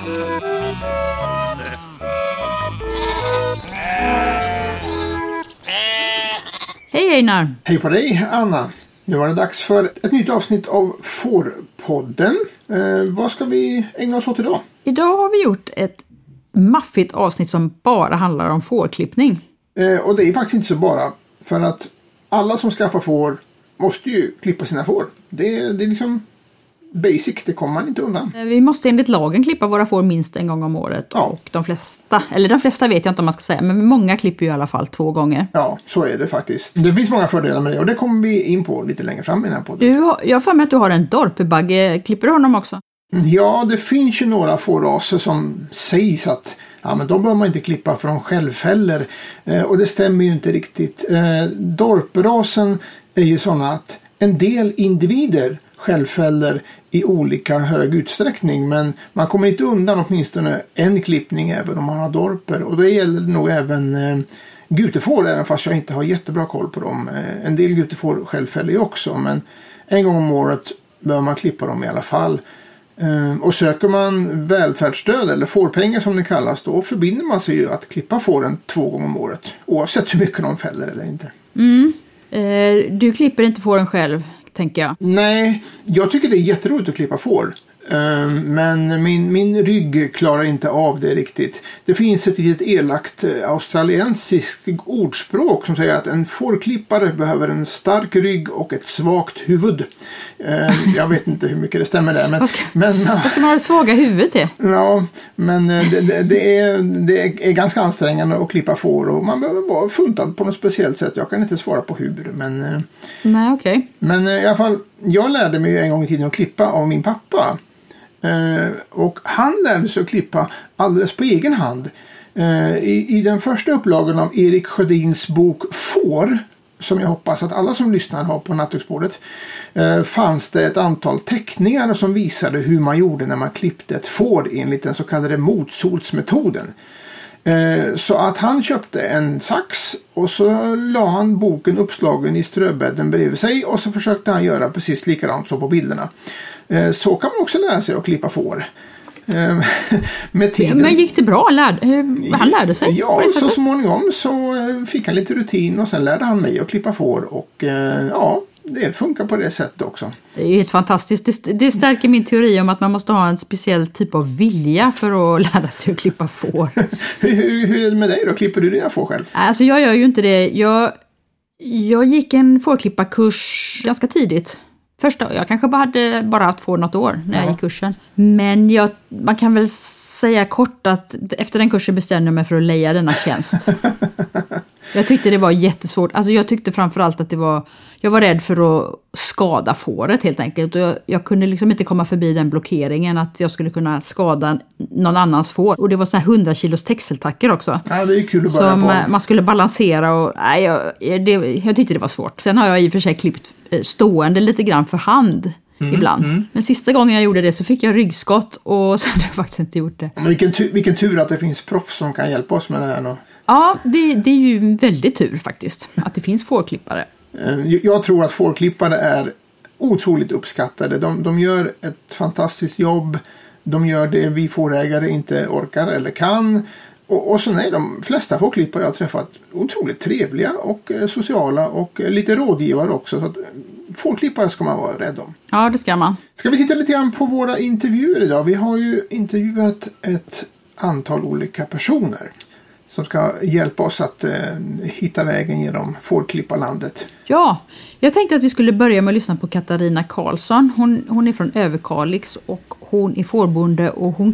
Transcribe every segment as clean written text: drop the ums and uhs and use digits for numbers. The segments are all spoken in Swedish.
Hej Einar! Hej på dig Anna! Nu var det dags för ett nytt avsnitt av Fårpodden. Vad ska vi ägna oss åt idag? Idag har vi gjort ett maffigt avsnitt som bara handlar om fårklippning. Och det är faktiskt inte så bara. För att alla som skaffar får måste ju klippa sina får. Det är liksom basic, det kommer man inte undan. Vi måste enligt lagen klippa våra får minst en gång om året. Ja. Och de flesta vet jag inte om man ska säga, men många klipper ju i alla fall 2 gånger. Ja, så är det faktiskt. Det finns många fördelar med det och det kommer vi in på lite längre fram i den här podden. Jag har för mig att du har en dorpebagge. Klipper du honom också? Ja, det finns ju några fårraser som sägs att men de bör man inte klippa för de självfäller. Och det stämmer ju inte riktigt. Dorperasen är ju sådana att en del individer självfäller i olika hög utsträckning, men man kommer inte undan åtminstone en klippning även om man har dorper, och det gäller nog även gutefår, även fast jag inte har jättebra koll på dem. En del gutefår självfäller ju också, men en gång om året bör man klippa dem i alla fall. Och söker man välfärdsstöd eller fårpengar som det kallas, då förbinder man sig ju att klippa fåren 2 gånger om året, oavsett hur mycket de fäller eller inte. Du klipper inte fåren själv, tänker jag. Nej, jag tycker det är jätteroligt att klippa får. Men min rygg klarar inte av det riktigt. Det finns ett litet elakt australiensiskt ordspråk som säger att en fårklippare behöver en stark rygg och ett svagt huvud. Jag vet inte hur mycket det stämmer där. Vad ska man ha det svaga huvudet till? Ja, men det är ganska ansträngande att klippa får, och man behöver vara funtad på något speciellt sätt. Jag kan inte svara på hur, men... Nej, okej. Men i alla fall, jag lärde mig en gång i tiden att klippa av min pappa. Och han lärde sig att klippa alldeles på egen hand. I den första upplagan av Erik Sjödins bok Får, som jag hoppas att alla som lyssnar har på nattduksbordet, fanns det ett antal teckningar som visade hur man gjorde när man klippte ett får enligt den så kallade motsolsmetoden. Så att han köpte en sax och så la han boken uppslagen i ströbädden bredvid sig, och så försökte han göra precis likadant som på bilderna. Så kan man också lära sig att klippa får. Med tiden. Men gick det bra? Han lärde sig? Ja, så småningom så fick han lite rutin, och sen lärde han mig att klippa får, och det funkar på det sättet också. Det är ju helt fantastiskt. Det stärker min teori om att man måste ha en speciell typ av vilja för att lära sig att klippa får. Hur är det med dig då? Klipper du dina får själv? Alltså jag gör ju inte det. Jag gick en fårklipparkurs ganska tidigt. Jag kanske bara haft får något år när jag gick kursen. Men man kan väl säga kort att efter den kursen bestämde jag mig för att leja denna tjänst. Jag tyckte det var jättesvårt. Alltså jag tyckte framförallt att jag var rädd för att skada fåret helt enkelt. Och jag kunde liksom inte komma förbi den blockeringen att jag skulle kunna skada någon annans får. Och det var såna här 100 kilos texeltacker också. Ja, det är kul att börja som man skulle balansera, och jag tyckte det var svårt. Sen har jag i och för sig klippt stående lite grann för hand ibland. Men sista gången jag gjorde det så fick jag ryggskott, och sen har jag faktiskt inte gjort det. Men vilken tur att det finns proffs som kan hjälpa oss med det här då. Ja, det är ju en väldigt tur faktiskt att det finns fårklippare. Jag tror att fårklippare är otroligt uppskattade. De gör ett fantastiskt jobb. De gör det vi fårägare inte orkar eller kan. Och så är de flesta fårklippare jag har träffat otroligt trevliga och sociala och lite rådgivare också. Så att fårklippare ska man vara rädd om. Ja, det ska man. Ska vi titta lite grann på våra intervjuer idag? Vi har ju intervjuat ett antal olika personer som ska hjälpa oss att hitta vägen genom fårklipparlandet. Ja, jag tänkte att vi skulle börja med att lyssna på Katarina Karlsson. Hon är från Överkalix och hon är fårbonde, och hon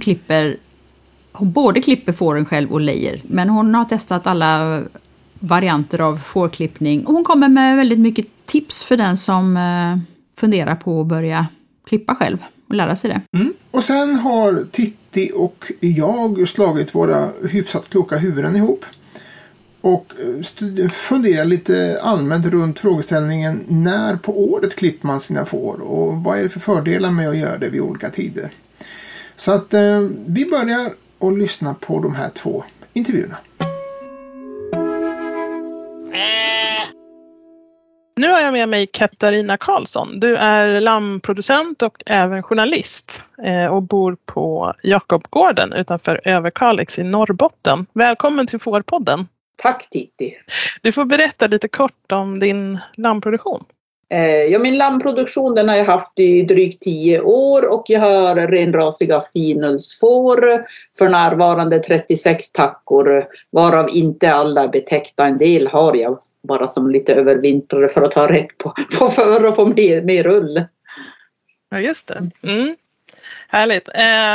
både klipper fåren själv och lejer. Men hon har testat alla varianter av fårklippning, och hon kommer med väldigt mycket tips för den som funderar på att börja klippa själv och lära sig det. Och sen har Titti och jag slagit våra hyfsat kloka huvuden ihop och funderar lite allmänt runt frågeställningen: när på året klipper man sina får, och vad är det för fördelar med att göra det vid olika tider? Så att vi börjar att lyssna på de här 2 intervjuerna. Nu har jag med mig Katarina Karlsson. Du är lammproducent och även journalist och bor på Jakobgården utanför Överkalix i Norrbotten. Välkommen till Fårpodden. Tack Titti. Du får berätta lite kort om din lammproduktion. Min lammproduktion den har jag haft i drygt 10 år och jag har renrasiga finullsfår. För närvarande 36 tackor, varav inte alla är betäckta. En del har jag bara som lite övervintrade för att ha rätt på för att få mer ull. Ja, just det. Härligt.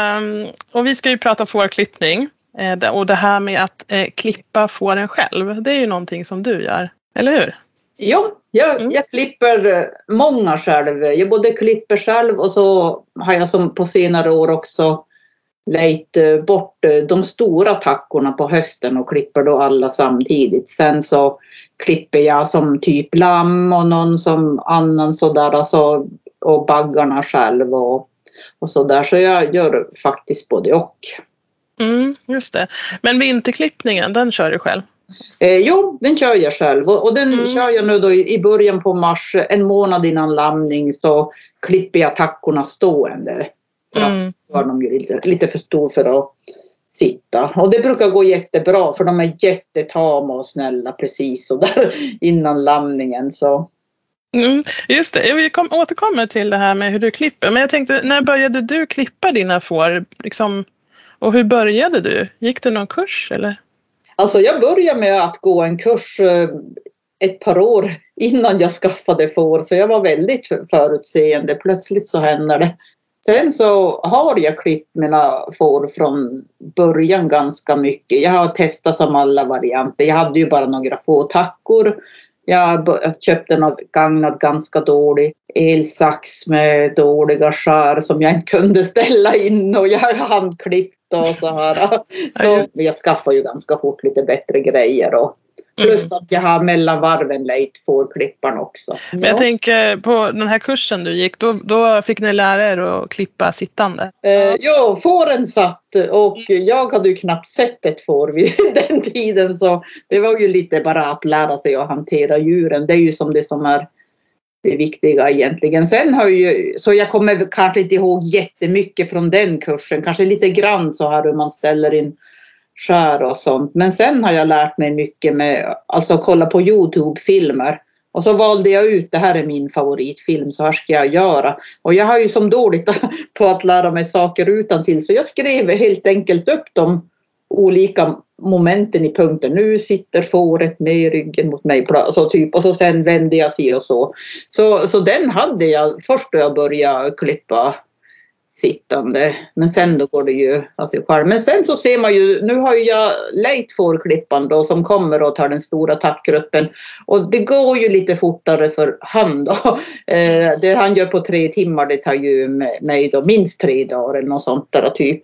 Och vi ska ju prata fårklippning. Och det här med att klippa fåren själv, det är ju någonting som du gör, eller hur? Ja, jag klipper många själv. Jag både klipper själv och så har jag som på senare år också lejt bort de stora tackorna på hösten och klipper då alla samtidigt. Sen så klipper jag som typ lamm och någon som annan sådär alltså, och baggarna själv och sådär. Så jag gör faktiskt både och. Just det. Men vinterklippningen, den kör du själv? Jo, den kör jag själv och den kör jag nu då i början på mars, en månad innan lamning så klipper jag tackorna stående. För att var de ju lite för stor för att sitta. Och det brukar gå jättebra för de är jättetama och snälla precis så där innan lamningen så. Just det, vi återkommer till det här med hur du klipper. Men jag tänkte, när började du klippa dina får? Liksom, och hur började du? Gick det någon kurs eller? Alltså jag började med att gå en kurs ett par år innan jag skaffade får. Så jag var väldigt förutseende. Plötsligt så hände det. Sen så har jag klippt mina får från början ganska mycket. Jag har testat som alla varianter. Jag hade ju bara några få tackor. Jag köpte något gagnat ganska dålig elsax med dåliga skär som jag inte kunde ställa in och jag handklippt och så här. Så jag skaffar ju ganska fort lite bättre grejer och plus att jag har mellan varven lejt fårklipparna också. Men jag tänker på den här kursen du gick, då fick ni lära er att klippa sittande. Ja, fåren satt och jag hade ju knappt sett ett får vid den tiden så det var ju lite bara att lära sig att hantera djuren. Det är ju som är det viktiga egentligen. Sen har så jag kommer kanske inte ihåg jättemycket från den kursen. Kanske lite grann så här hur man ställer in skär och sånt. Men sen har jag lärt mig mycket med alltså kolla på YouTube-filmer. Och så valde jag ut, det här är min favoritfilm, så här ska jag göra. Och jag har ju som dåligt på att lära mig saker utantill. Så jag skrev helt enkelt upp de olika momenten i punkten. Nu sitter fåret med ryggen mot mig. Så typ, och så sen vände jag sig och så. Så den hade jag först då jag började klippa sittande. Men sen då går det ju alltså själv. Men sen så ser man ju, nu har ju jag lejt fårklippan då som kommer och tar den stora tackgruppen. Och det går ju lite fortare för han då. Det han gör på 3 timmar det tar ju mig då minst 3 dagar eller något sånt där typ.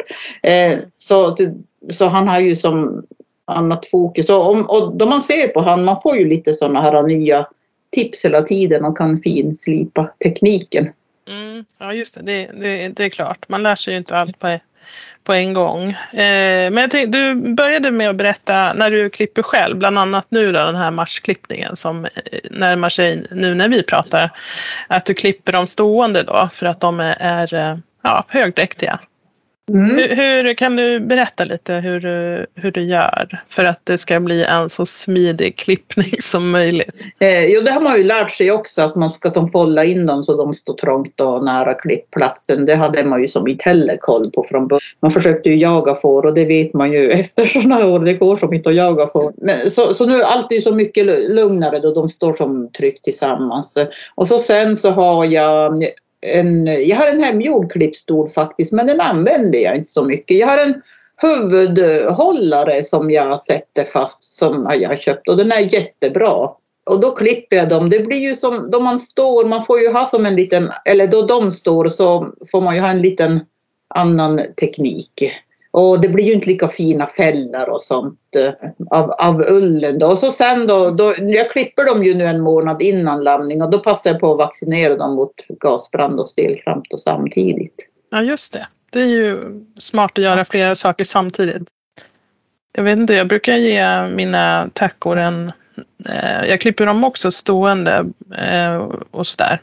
Så han har ju som annat fokus. Och då man ser på han, man får ju lite sådana här nya tips hela tiden och kan finslipa tekniken. Ja just det. Det är klart. Man lär sig ju inte allt på en gång. Men jag tänkte, du började med att berätta när du klipper själv. Bland annat nu då, den här marsklippningen som närmar sig nu när vi pratar. Att du klipper dem stående då för att de är högdräktiga. Hur kan du berätta lite hur du gör för att det ska bli en så smidig klippning som möjligt? Jo, det har man ju lärt sig också att man ska som folla in dem så de står trångt och nära klippplatsen. Det hade man ju som inte heller koll på från början. Man försökte ju jaga får och det vet man ju efter sådana år. Det går som inte att jaga får. Men, så nu är allt ju så mycket lugnare då de står som tryckt tillsammans. Och så sen så har jag har en hemgjord klippstol faktiskt, men den använder jag inte så mycket. Jag har en huvudhållare som jag sätter fast som jag har köpt och den är jättebra. Och då klipper jag dem. Det blir ju som då man står, man får ju ha som en liten, eller då de står så får man ju ha en liten annan teknik. Och det blir ju inte lika fina fällor och sånt av ullen då. Och så sen då, jag klipper dem ju nu en månad innan lamning och då passar jag på att vaccinera dem mot gasbrand och stelkramp och samtidigt. Ja just det. Det är ju smart att göra flera saker samtidigt. Jag vet inte, jag brukar ge mina tackor en jag klipper dem också stående och sådär.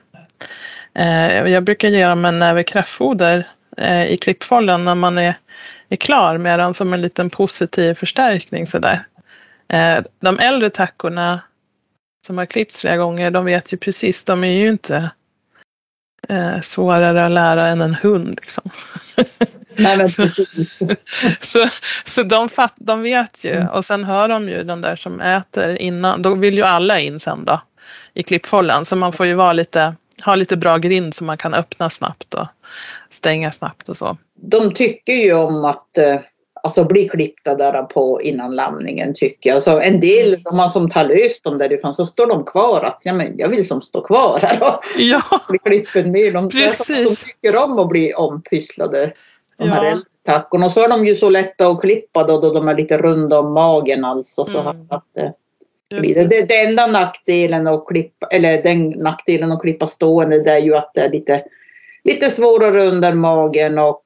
Jag brukar ge dem en näve kraftfoder i klippfållen när man är klar med den som en liten positiv förstärkning sådär. De äldre tackorna som har klippts flera gånger, de vet ju precis, de är ju inte svårare att lära än en hund liksom. Nej, men precis. så de vet ju, och sen hör de ju de där som äter innan, då vill ju alla in sen då i klippfållen, så man får ju ha lite bra grind så man kan öppna snabbt och stänga snabbt och så. De tycker ju om att bli klippta där på innan lamningen, tycker jag. Alltså en del, om man som tar löst dem därifrån, så står de kvar att jag vill som stå kvar här och bli klippen med. De tycker om att bli ompysslade, de här äldre tackorna. Och så är de ju så lätta att klippa då de är lite runda om magen alltså. Så att det enda nackdelen att klippa, eller den nackdelen att klippa stående, det är ju att det är lite svårare under magen och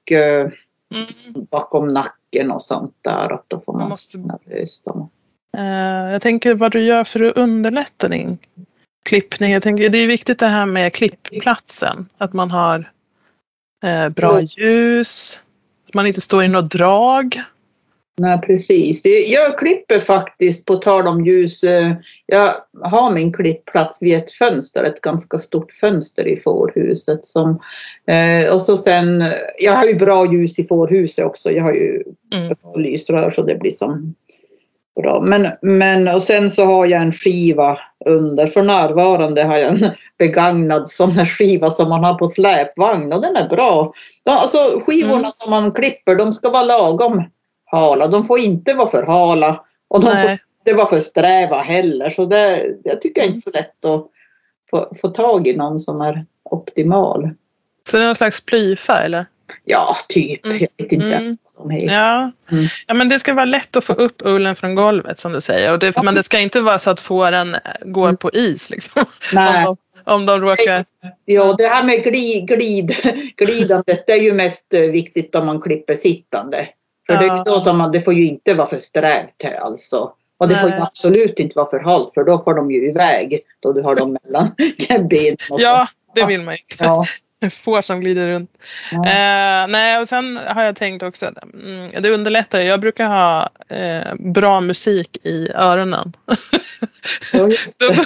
bakom nacken och sånt där, att då får man lösa dem. Jag tänker vad du gör för att underlätta din klippning. Jag tänker det är viktigt det här med klippplatsen, att man har bra ljus, att man inte står i något drag. Nej, precis. Jag klipper faktiskt, på tal om ljus, jag har min klippplats vid ett fönster, ett ganska stort fönster i fårhuset. Och så sen, jag har ju bra ljus i fårhuset också, jag har ju lysrör så det blir som bra. Men och sen så har jag en skiva under, för närvarande har jag en begagnad sån här skiva som man har på släpvagn, och den är bra. Alltså skivorna som man klipper, de ska vara lagom hala. De får inte vara för hala och de får inte vara för sträva heller. Så jag tycker inte så lätt att få tag i någon som är optimal. Så det är någon slags plyfa eller? Ja, typ. Jag vet inte ens vad de heter. Ja, men det ska vara lätt att få upp ullen från golvet som du säger. Men det ska inte vara så att fåren går på is liksom. Nej. Om de råkar... Ja, det här med glidandet, det är ju mest viktigt om man klipper sittande. För det är ju då det får ju inte vara för strävt här alltså. Och det får ju absolut inte vara för halt, för då får de ju iväg då du har dem mellan benen. Ja, det vill man inte. Ja. Får som glider runt. Nej, och sen har jag tänkt också att det underlättar. Jag brukar ha bra musik i öronen. Ja, just det.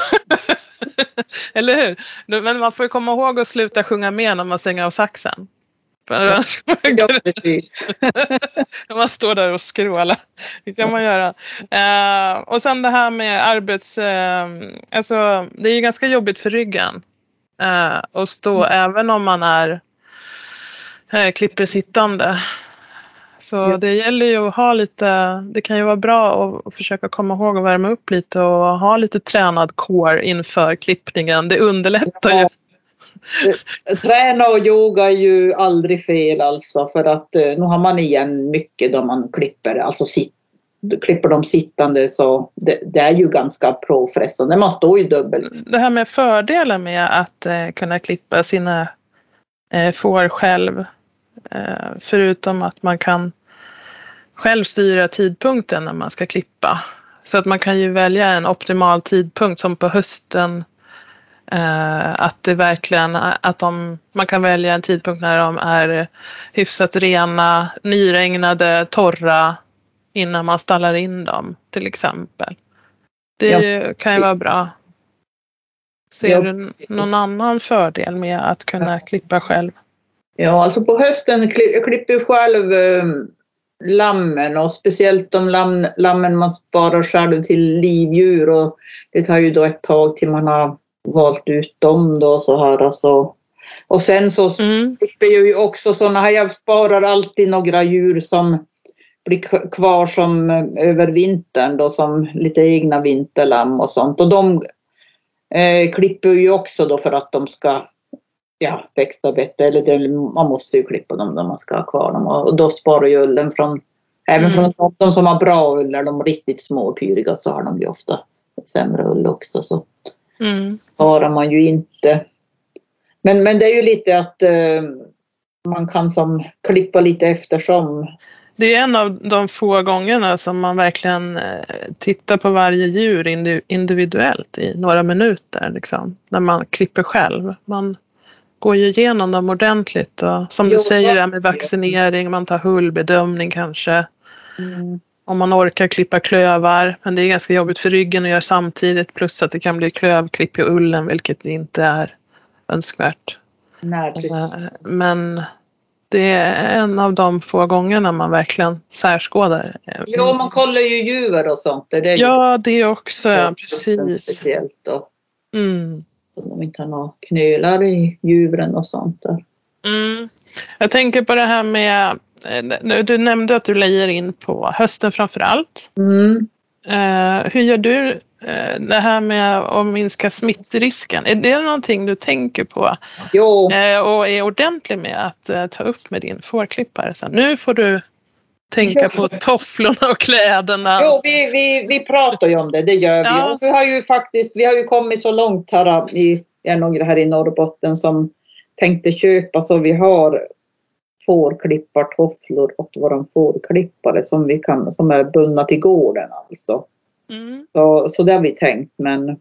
Eller hur? Men man får ju komma ihåg att sluta sjunga med när man stänger av saxen. Ja, precis. Man står där och skrålar. Det kan man göra. Och sen det här med alltså det är ju ganska jobbigt för ryggen att stå även om man är klipper sittande. Så det gäller ju att ha lite, det kan ju vara bra att försöka komma ihåg att värma upp lite och ha lite tränad core inför klippningen. Det underlättar ju. Träna och yoga är ju aldrig fel alltså, för att nu har man igen mycket då man klipper, alltså klipper de sittande, så det är ju ganska påfrestande. Man står ju dubbel. Det här med fördelen med att kunna klippa sina får själv, förutom att man kan själv styra tidpunkten när man ska klippa. Så att man kan ju välja en optimal tidpunkt som på hösten. Att det verkligen man kan välja en tidpunkt när de är hyfsat rena, nyregnade, torra innan man stallar in dem till exempel. Det kan ju vara bra. Ser du någon annan fördel med att kunna klippa själv? Ja, alltså på hösten klipper jag själv lammen, och speciellt de lammen man sparar själv till livdjur, och det tar ju då ett tag till man har valt ut dem då så här alltså. Och sen så klipper jag ju också sådana här, jag sparar alltid några djur som blir kvar som över vintern då, som lite egna vinterlamm och sånt, och de klipper ju också då för att de ska växa bättre, eller man måste ju klippa dem när man ska ha kvar dem, och då sparar ju ullen från de som har bra ull, eller de riktigt små och pyriga, så har de ju ofta ett sämre ull också, så sparar man ju inte. Men det är ju lite att man kan som klippa lite eftersom. Det är en av de få gångerna som man verkligen tittar på varje djur individuellt i några minuter. Liksom, när man klipper själv. Man går ju igenom dem ordentligt. Och, som du säger med vaccinering, man tar hullbedömning kanske. Om man orkar klippa klövar. Men det är ganska jobbigt för ryggen att göra samtidigt. Plus att det kan bli klövklipp i ullen, vilket inte är önskvärt. Nej, men det är en av de få gångerna man verkligen särskådar. Ja, man kollar ju djur och sånt. Det också, precis. Speciellt då. Om de inte har några knölar i djuren och sånt där. Jag tänker på det här med, du nämnde att du lejer in på hösten framför allt. Hur gör du det här med att minska smittrisken? Är det någonting du tänker på? Jo. Och är ordentlig med att ta upp med din fårklippare? Så nu får du tänka på tofflorna och kläderna. Jo, vi pratar ju om det gör vi. Ja. Vi har ju kommit så långt här i några här i Norrbotten som tänkte köpa, så vi har fårklippartofflor åt våran fårklippare som är bundna till gården alltså. Så det har vi tänkt,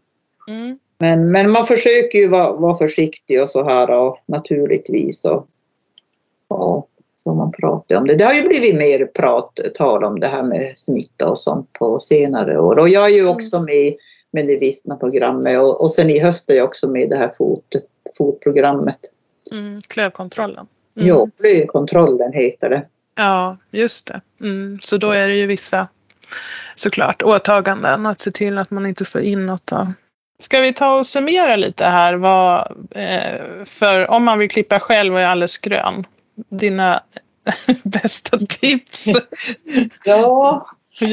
men man försöker ju vara försiktig och så här, och naturligtvis och så man pratar om det. Det har ju blivit mer tal om det här med smitta och sånt på senare år, och jag är ju också med det vissna programmet, och sen i höst är jag också med det här fotprogrammet. Klövkontrollen. Jo, klövkontrollen heter det. Ja, just det. Så då är det ju vissa såklart åtaganden att se till att man inte får in något. Ska vi ta och summera lite här för om man vill klippa själv och är alldeles grön, dina bästa tips? Ja,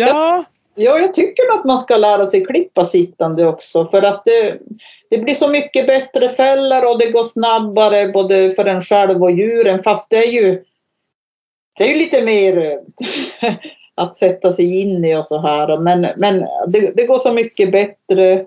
jag tycker att man ska lära sig klippa sittande också, för att det blir så mycket bättre fällor och det går snabbare både för en själv och djuren, fast det är ju lite mer att sätta sig in i och så här, men det går så mycket bättre,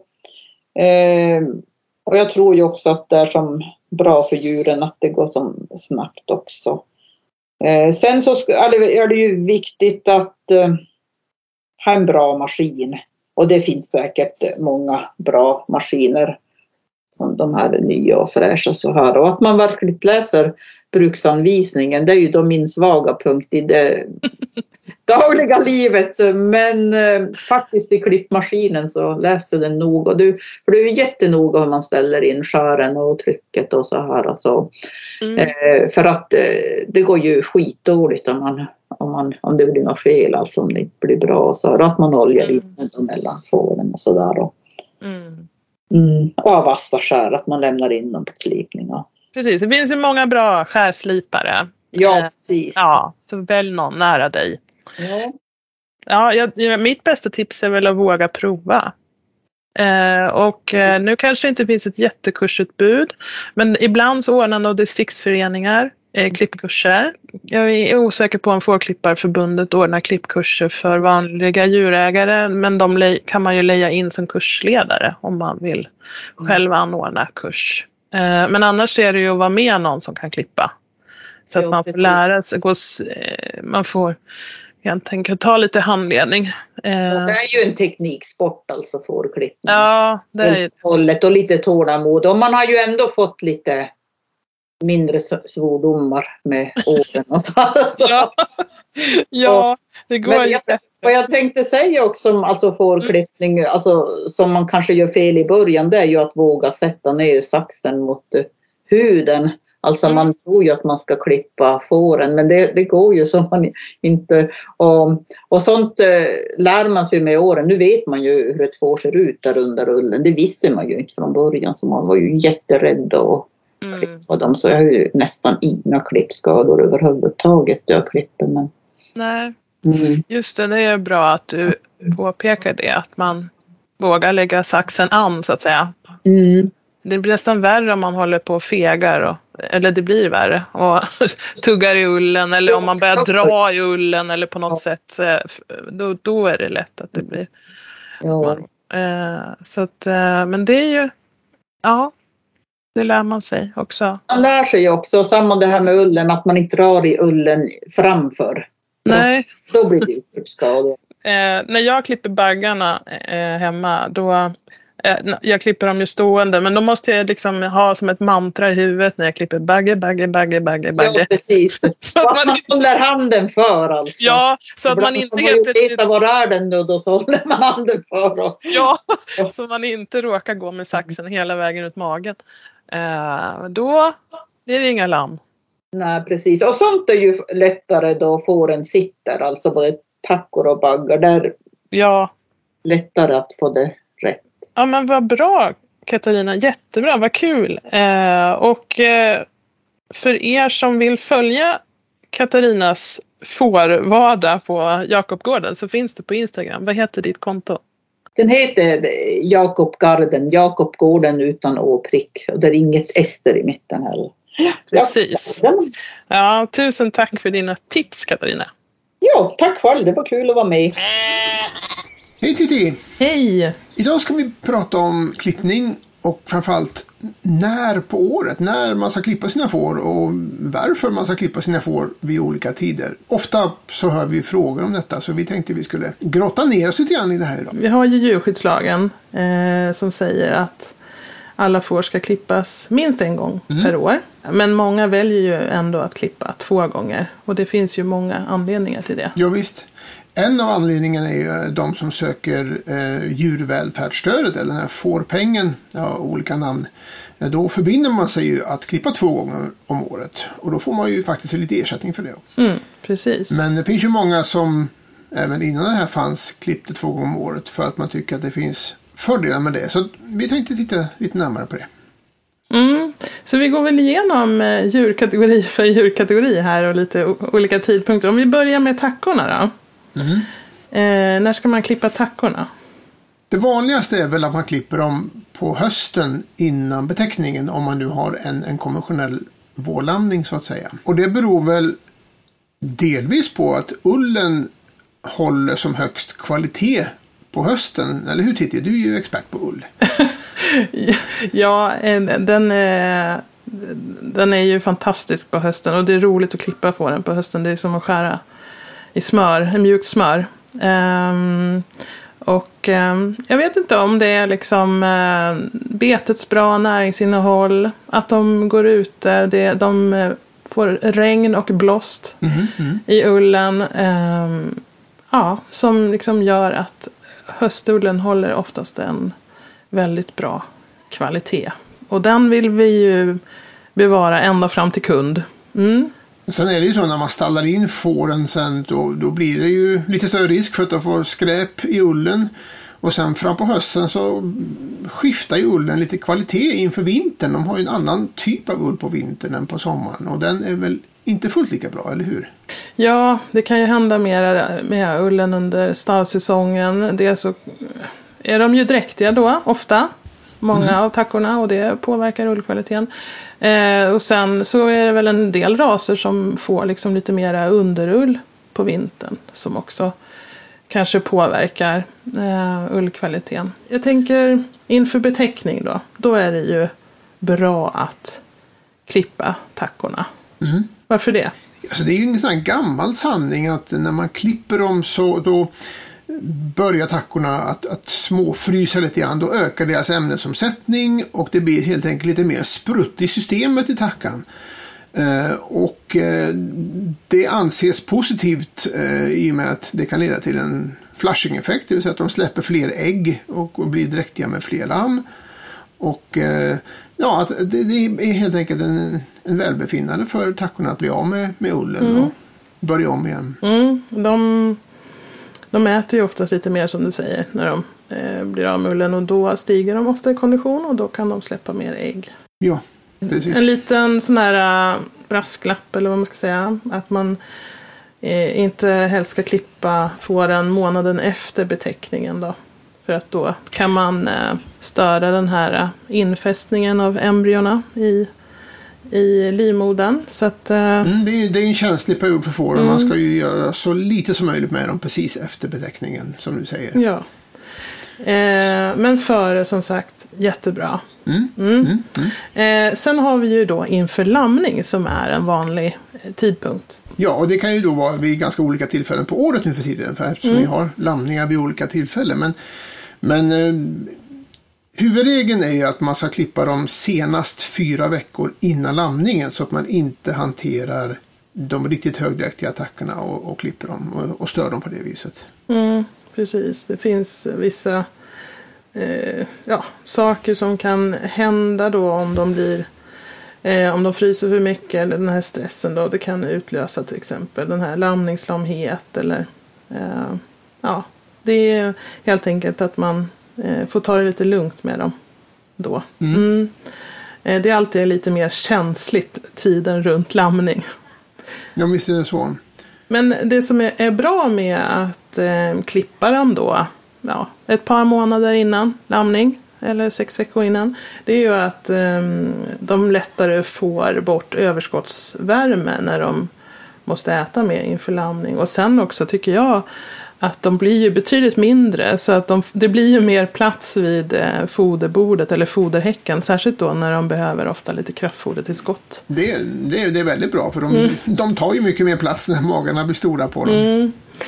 och jag tror ju också att det är som bra för djuren att det går som snabbt också. Sen så är det ju viktigt att ha en bra maskin, och det finns säkert många bra maskiner som de här nya och fräscha så här, och att man verkligen läser bruksanvisningen, det är ju då min svaga punkt i det dagliga livet, men faktiskt i klippmaskinen så läste den nog, för det är ju jättenoga hur man ställer in skären och trycket och så här alltså. För att det går ju skitdåligt om det blir något fel, alltså om det inte blir bra, så att man oljar in mellan fåren och sådär, och och vassa skär, att man lämnar in dem på slipning. Precis, det finns ju många bra skärslipare. Ja, precis. Ja, så välj någon nära dig. Mitt bästa tips är väl att våga prova. Nu kanske det inte finns ett jättekursutbud, men ibland så ordnar nog distriktsföreningar klippkurser. Jag är osäker på om Fårklipparförbundet ordnar klippkurser för vanliga djurägare, men de kan man ju leja in som kursledare om man vill själv anordna kurs. Men annars är det ju att vara med någon som kan klippa. Så att man får lära sig, man får helt enkelt ta lite handledning. Det är ju en tekniksport alltså, fårklippning. Ja, det är hållet och lite tålamod. Och man har ju ändå fått lite mindre svordomar med åren och så. Ja, det går ju bättre. Och jag tänkte säga också om alltså fårklippning, alltså, som man kanske gör fel i början, det är ju att våga sätta ner saxen mot huden. Alltså man tror ju att man ska klippa fåren, men det går ju så man inte. Och sånt lär man sig med åren. Nu vet man ju hur ett får ser ut där under ullen. Det visste man ju inte från början, så man var ju jätterädd att klippa dem. Så jag har ju nästan inga klippskador överhuvudtaget. Jag klipper, men... Nej, just det är bra att du påpekar det. Att man vågar lägga saxen an, så att säga. Det blir nästan värre om man håller på och fegar. Eller det blir värre. Och tuggar i ullen. Eller om man börjar dra i ullen. Eller på något sätt. Då är det lätt att det blir. Ja. Så att, men det är ju... Ja, det lär man sig också. Man lär sig också. Samma det här med ullen. Att man inte drar i ullen framför. Nej. Då blir det ju klippskador. När jag klipper baggarna hemma, då jag klipper dem ju stående, men då måste jag liksom ha som ett mantra i huvudet när jag klipper bagge. Ja, precis. Så att man håller handen för alltså. Ja, så att man inte helt plötsligt... Veta var är den nu, då så håller man handen för. Och... Ja, så man inte råkar gå med saxen hela vägen ut magen. Då är det inga lamm. Nej, precis. Och sånt är ju lättare då fåren sitter, alltså både tackor och baggar. Där lättare att få det rätt. Ja, men vad bra, Katarina. Jättebra, vad kul. Och för er som vill följa Katarinas fårvada på Jakobgården så finns det på Instagram. Vad heter ditt konto? Den heter Jakobgarden, Jakobgården utan å-prick. Och det är inget ester i mitten heller. Precis. Ja, tusen tack för dina tips, Katarina. Ja, tack själv. Det var kul att vara med. Hej Titti! Hej! Idag ska vi prata om klippning och framförallt när på året, när man ska klippa sina får och varför man ska klippa sina får vid olika tider. Ofta så hör vi frågor om detta, så vi tänkte vi skulle grotta ner oss lite grann i det här idag. Vi har ju djurskyddslagen som säger att alla får ska klippas minst en gång per år. Men många väljer ju ändå att klippa 2 gånger. Och det finns ju många anledningar till det. Ja visst. En av anledningarna är ju de som söker djurvälfärdsstödet eller den här fårpengen, olika namn. Då förbinder man sig ju att klippa 2 gånger om året. Och då får man ju faktiskt lite ersättning för det. Precis. Men det finns ju många som även innan det här fanns klippte 2 gånger om året för att man tycker att det finns fördelar med det. Så vi tänkte titta lite närmare på det. Så vi går väl igenom djurkategori för djurkategori här och lite olika tidpunkter. Om vi börjar med tackorna då. När ska man klippa tackorna? Det vanligaste är väl att man klipper dem på hösten innan betäckningen om man nu har en konventionell vårlamning så att säga. Och det beror väl delvis på att ullen håller som högst kvalitet på hösten. Eller hur Titti? Du är ju expert på ull. Ja, den är ju fantastisk på hösten och det är roligt att klippa på den på hösten. Det är som att skära i smör, mjukt smör. Jag vet inte om det är liksom betets bra näringsinnehåll, att de går ute, de får regn och blåst i ullen, som liksom gör att höstullen håller oftast en väldigt bra kvalitet. Och den vill vi ju bevara ända fram till kund. Sen är det ju så när man stallar in fåren sen då blir det ju lite större risk för att de får skräp i ullen. Och sen fram på hösten så skiftar ju ullen lite kvalitet inför vintern. De har ju en annan typ av ull på vintern än på sommaren. Och den är väl inte fullt lika bra, eller hur? Ja, det kan ju hända mer med ullen under stallsäsongen. Det så är de ju dräktiga då, ofta. Många av tackorna, och det påverkar ullkvaliteten. Och sen så är det väl en del raser som får liksom lite mera underull på vintern. Som också kanske påverkar ullkvaliteten. Jag tänker inför betäckning då. Då är det ju bra att klippa tackorna. Varför det? Alltså det är ju en sån här gammal sanning att när man klipper dem så då börjar tackorna att småfrysa lite grann. Då ökar deras ämnesomsättning och det blir helt enkelt lite mer sprutt i systemet i tackan. Och det anses positivt i och med att det kan leda till en flushing-effekt, det vill säga att de släpper fler ägg och blir dräktiga med fler lamm. Och att det är helt enkelt en välbefinnande för tackorna att bli av med ullen och börja om igen. De äter ju oftast lite mer som du säger när de blir av med ullen, och då stiger de ofta i kondition och då kan de släppa mer ägg. Ja, precis. En liten sån här brasklapp eller vad man ska säga, att man inte helst ska klippa fåren månaden efter betäckningen då. För att då kan man störa den här infästningen av embryona i livmodern. Så att, det är en känslig period för fåren. Man ska ju göra så lite som möjligt med dem precis efter betäckningen, som du säger. Ja. Men före som sagt jättebra. Sen har vi ju då inför lamning som är en vanlig tidpunkt. Ja, och det kan ju då vara vid ganska olika tillfällen på året nu för tiden. För eftersom vi har lamningar vid olika tillfällen. Men huvudregeln är ju att man ska klippa dem senast 4 veckor innan lamningen. Så att man inte hanterar de riktigt högdräktiga attackerna och klipper dem och stör dem på det viset. Precis, det finns vissa saker som kan hända då om de blir om de fryser för mycket eller den här stressen då, det kan utlösa till exempel den här lamningslamhet eller det är helt enkelt att man får ta det lite lugnt med dem då. Det är alltid lite mer känsligt tiden runt lamning. Ja, visst är det så. Men det som är bra med att klippa dem då ett par månader innan lamning eller 6 veckor innan, det är ju att de lättare får bort överskottsvärme när de måste äta mer inför lamning. Och sen också tycker jag att de blir ju betydligt mindre så att det blir ju mer plats vid foderbordet eller foderhäcken, särskilt då när de behöver ofta lite kraftfodertillskott. Det är väldigt bra för de tar ju mycket mer plats när magarna blir stora på dem.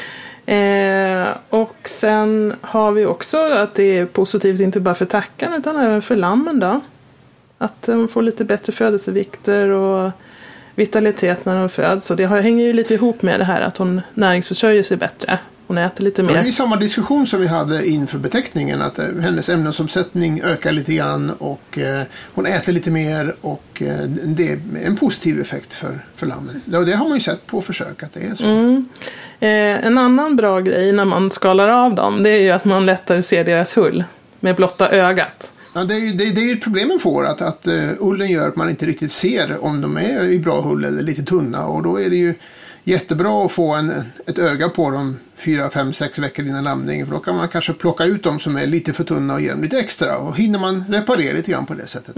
Och sen har vi också att det är positivt inte bara för tackan utan även för lammen då. Att de får lite bättre födelsevikter och vitalitet när de föds. Och det hänger ju lite ihop med det här att hon näringsförsörjer sig bättre. Hon äter lite mer. Det är samma diskussion som vi hade inför beteckningen. Att hennes ämnesomsättning ökar lite grann och hon äter lite mer. Och det är en positiv effekt för lammen. Och det har man ju sett på försök att det är så. En annan bra grej när man skalar av dem, det är ju att man lättare ser deras hull med blotta ögat. Ja, det är ju problemen får att ullen gör att man inte riktigt ser om de är i bra hull eller lite tunna. Och då är det ju jättebra att få ett öga på dem 4, 5, 6 veckor innan lamning. För då kan man kanske plocka ut dem som är lite för tunna och ge dem lite extra. Och hinner man reparera lite grann på det sättet.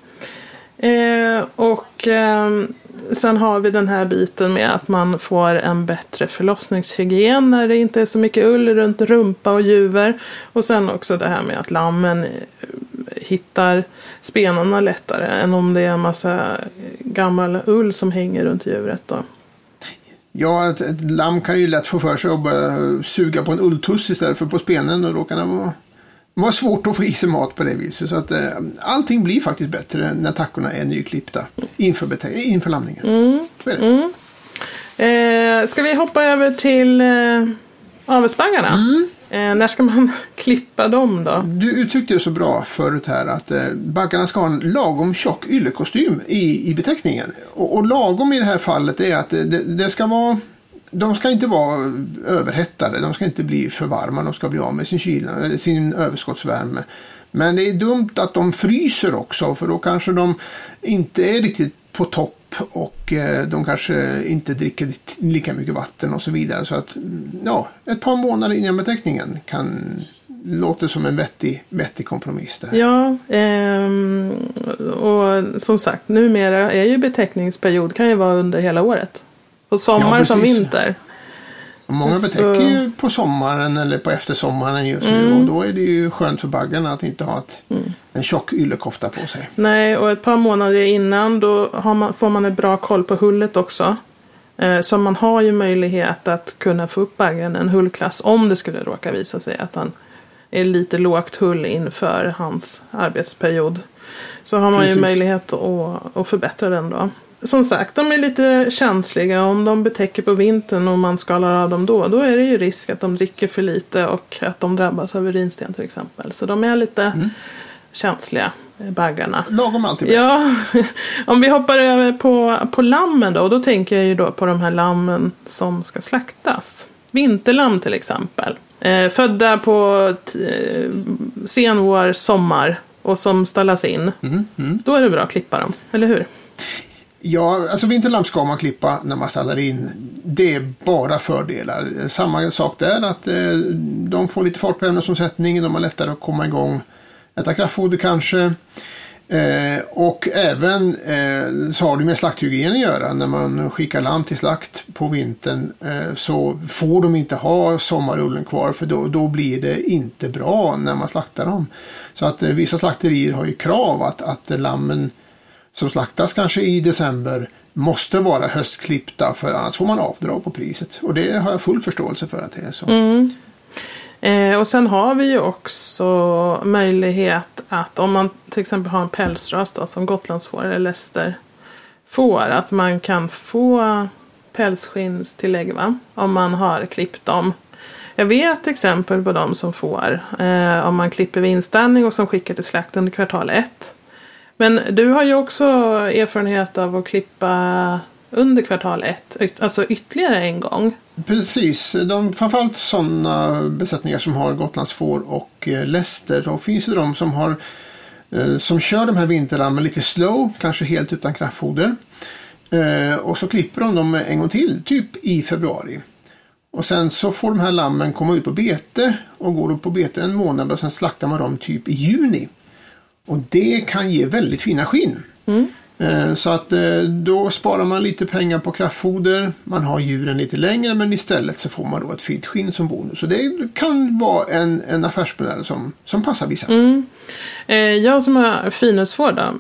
Sen har vi den här biten med att man får en bättre förlossningshygien när det inte är så mycket ull runt rumpa och juver. Och sen också det här med att lammen hittar spenarna lättare än om det är en massa gammal ull som hänger runt djuret då. Ja, ett lamm kan ju lätt få för sig att börja suga på en ulltuss istället för på spenen och då kan det vara svårt att få i sig mat på det viset. Så att allting blir faktiskt bättre när tackorna är nyklippta inför lamningen. Ska vi hoppa över till avelsbaggarna? När ska man klippa dem då? Du uttryckte det så bra förut här att baggarna ska ha en lagom tjock yllekostym i beteckningen. Och lagom i det här fallet är att det ska vara... De ska inte vara överhettade, de ska inte bli för varma, de ska bli av med sin överskottsvärme. Men det är dumt att de fryser också, för då kanske de inte är riktigt på topp och de kanske inte dricker lika mycket vatten och så vidare. Så att ett par månader innan beteckningen låter som en vettig kompromiss där. Ja, och som sagt, numera är ju beteckningsperiod kan ju vara under hela året. På sommar som vinter. Och många betäcker ju på sommaren eller på eftersommaren just nu. Och då är det ju skönt för baggarna att inte ha en tjock yllekofta på sig. Nej, och ett par månader innan då får man en bra koll på hullet också. Så man har ju möjlighet att kunna få upp baggen en hullklass om det skulle råka visa sig att han är lite lågt hull inför hans arbetsperiod. Så har man ju möjlighet att förbättra den då. Som sagt, de är lite känsliga. Om de betäcker på vintern och man skalar av dem då är det ju risk att de dricker för lite och att de drabbas av urinsten till exempel. Så de är lite känsliga, baggarna. Lagom alltid bäst. Ja, om vi hoppar över på lammen då tänker jag ju då på de här lammen som ska slaktas. Vinterlamm till exempel. Födda på senvår, sommar och som stallas in. Då är det bra att klippa dem, eller hur? Ja, alltså vinterlamm ska man klippa när man stallar in. Det är bara fördelar. Samma sak där, att de får lite fart på ämnesomsättningen, de har lättare att komma igång. Äta kraftfoder kanske. Och även så har det med slakthygien att göra. När man skickar lamm till slakt på vintern så får de inte ha sommarullen kvar, för då blir det inte bra när man slaktar dem. Så att vissa slakterier har ju krav att lammen som slaktas kanske i december måste vara höstklippta, för annars får man avdrag på priset. Och det har jag full förståelse för att det är så. Och sen har vi ju också möjlighet att om man till exempel har en pälsras då, som gotlandsfår eller lästerfår, att man kan få pälsskinstillägg, va? Om man har klippt dem. Jag vet exempel på dem som får om man klipper vid inställning och som skickar till slakt under kvartal 1. Men du har ju också erfarenhet av att klippa under kvartal 1, alltså ytterligare en gång. Precis, framförallt sådana besättningar som har gotlandsfår och läster. Då finns det de som kör de här vinterlammen lite slow, kanske helt utan kraftfoder. Och så klipper de dem en gång till, typ i februari. Och sen så får de här lammen komma ut på bete och går upp på bete en månad och sen slaktar man dem typ i juni. Och det kan ge väldigt fina skinn. Så att då sparar man lite pengar på kraftfoder. Man har djuren lite längre, men istället så får man då ett fint skinn som bonus. Så det kan vara en affärsmodell som passar vissa. Jag som har finhusfår då,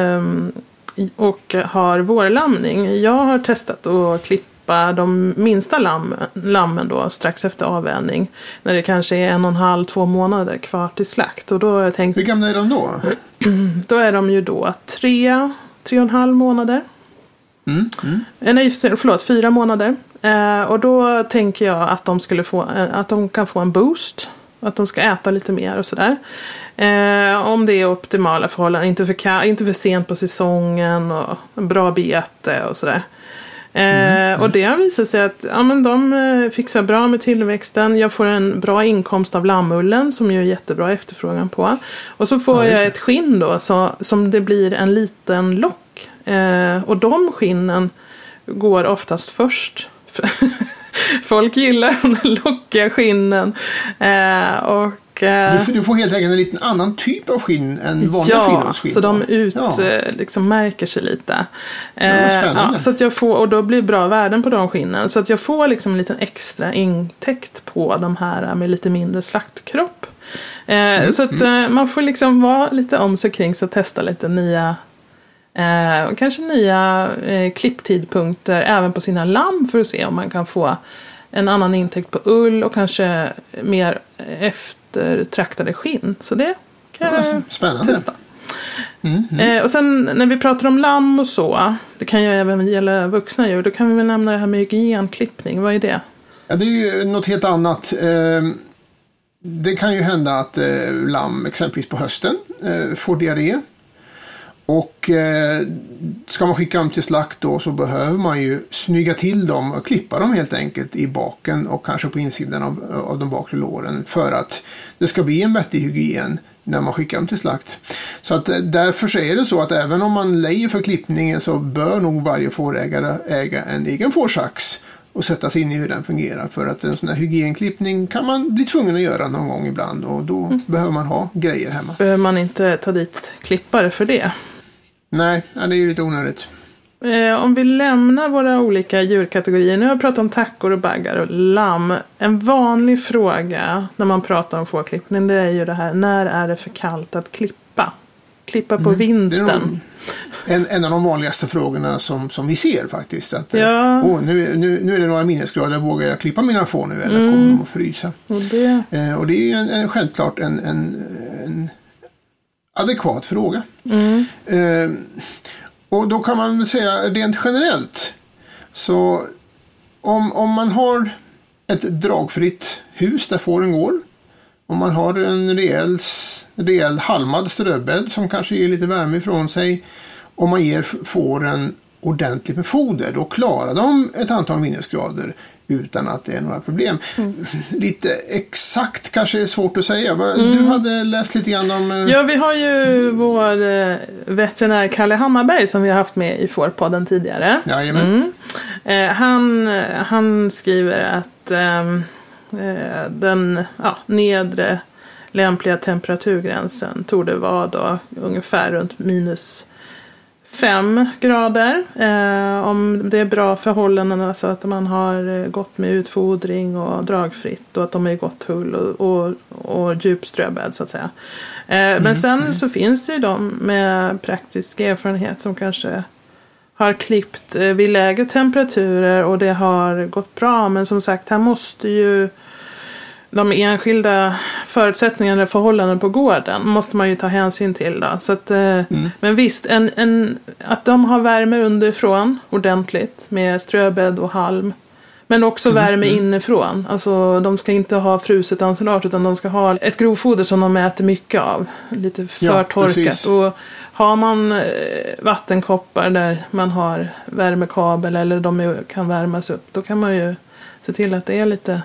och har vårlamning. Jag har testat att klippa de minsta lammen då strax efter avvänning. När det kanske är 1,5-2 månader kvar till slakt. Och då har jag tänkt, hur gamla är de då? Då är de ju då 3,5 månader. Nej, förlåt, 4 månader. Och då tänker jag att de kan få en boost. Att de ska äta lite mer och sådär. Om det är optimala förhållanden. Inte för sent på säsongen och bra bete och sådär. Och det har visat sig att de fixar bra med tillväxten. Jag får en bra inkomst av lammullen som ju är jättebra efterfrågan på. Och så får jag ett skinn då som det blir en liten lock. Och de skinnen går oftast först. Folk gillar de lockiga skinnen. Du får helt enkelt en liten annan typ av skinn än vanliga finhusskinn. Så de liksom märker sig lite. Så att jag får, och då blir bra värden på de skinnen. Så att jag får liksom en liten extra intäkt på de här med lite mindre slaktkropp. Så att man får liksom vara lite om sig kring, så testa lite nya klipptidpunkter även på sina lamm för att se om man kan få en annan intäkt på ull och kanske mer eftertraktade skinn. Så det kan jag testa. Och sen när vi pratar om lamm och så, det kan ju även gälla vuxna djur, då kan vi väl nämna det här med hygienklippning. Vad är det? Ja, det är ju något helt annat. Det kan ju hända att lamm exempelvis på hösten får diarré. Och ska man skicka dem till slakt då, så behöver man ju snygga till dem och klippa dem helt enkelt i baken och kanske på insidan av de bakre låren, för att det ska bli en vettig hygien när man skickar dem till slakt. Så att därför så är det så att även om man lejer för klippningen, så bör nog varje fårägare äga en egen fårsax och sätta sig in i hur den fungerar. För att en sån här hygienklippning kan man bli tvungen att göra någon gång ibland, och då behöver man ha grejer hemma. Behöver man inte ta dit klippare för det? Nej, det är ju lite onödigt. Om vi lämnar våra olika djurkategorier. Nu har jag pratat om tackor och baggar och lamm. En vanlig fråga när man pratar om fårklippning, det är ju det här: när är det för kallt att klippa? Klippa på vintern. En av de vanligaste frågorna som vi ser faktiskt. Att, nu är det några minusgrader, vågar jag klippa mina får nu eller kommer de att frysa? Och det är ju självklart en adekvat fråga. Och då kan man säga rent generellt, så om man har ett dragfritt hus där fåren går, om man har en rejäl halmad ströbädd som kanske ger lite värme ifrån sig, om man ger fåren ordentligt med foder, då klarar de ett antal minusgrader utan att det är några problem. Lite exakt kanske är svårt att säga. Du hade läst lite grann om... Ja, vi har ju vår veterinär Kalle Hammarberg som vi har haft med i Fårpodden tidigare. Jajamän. Han skriver att den nedre lämpliga temperaturgränsen torde vara då ungefär runt -5 grader. Om det är bra förhållanden, alltså att man har gått med utfodring och dragfritt och att de är i gott hull och djup ströbädd så att säga. Men sen så finns det ju de med praktisk erfarenhet som kanske har klippt vid lägre temperaturer och det har gått bra. Men som sagt, här måste ju de enskilda förutsättningarna eller förhållanden på gården måste man ju ta hänsyn till då. Så att, men visst, att de har värme underifrån ordentligt med ströbädd och halm. Men också värme inifrån. Alltså de ska inte ha fruset ensilage utan de ska ha ett grovfoder som de äter mycket av. Lite förtorkat. Och har man vattenkoppar där man har värmekabel eller de kan värmas upp, då kan man ju se till att det är lite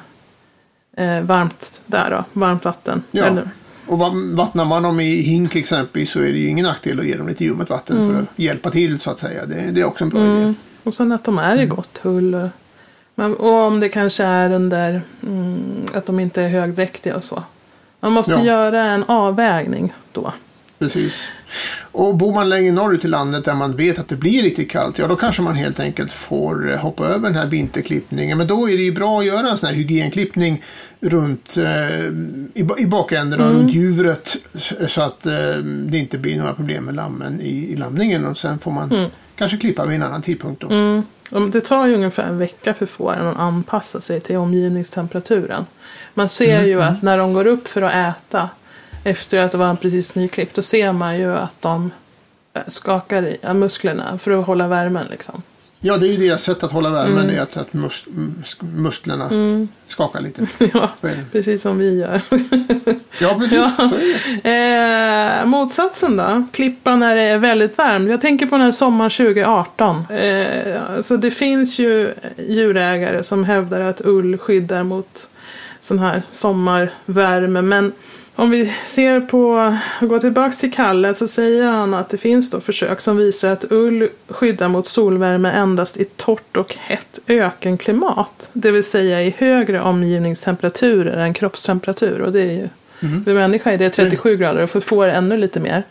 varmt där då. Varmt vatten. Ja. Eller? Och vattnar man dem i hink exempelvis så är det ju ingen nackdel att ge dem lite ljummet vatten för att hjälpa till så att säga. Det är också en bra idé. Och sen att de är i gott hull. Och om det kanske är under att de inte är högdräktiga och så. Man måste göra en avvägning då. Precis. Och bor man längre norrut i landet där man vet att det blir riktigt kallt, ja då kanske man helt enkelt får hoppa över den här vinterklippningen. Men då är det ju bra att göra en sån här hygienklippning runt i bakänderna runt djuret så att det inte blir några problem med lammen i lamningen och sen får man kanske klippa vid en annan tidpunkt då. Det tar ju ungefär en vecka för fåren att anpassa sig till omgivningstemperaturen. Man ser ju att när de går upp för att äta efter att det var precis nyklippt, då ser man ju att de skakar i musklerna för att hålla värmen liksom. Ja, det är ju deras sätt att hålla värmen, är att musklerna skakar lite. Ja, precis som vi gör. Ja, precis. Så är det. Motsatsen då, klippa när det är väldigt varmt. Jag tänker på den här sommaren 2018. Så det finns ju djurägare som hävdar att ull skyddar mot sån här sommarvärme, men om vi går tillbaks till Kalle så säger han att det finns då försök som visar att ull skyddar mot solvärme endast i torrt och hett ökenklimat. Det vill säga i högre omgivningstemperaturer än kroppstemperatur. Och det är ju, för människa är det 37 grader och för får ännu lite mer.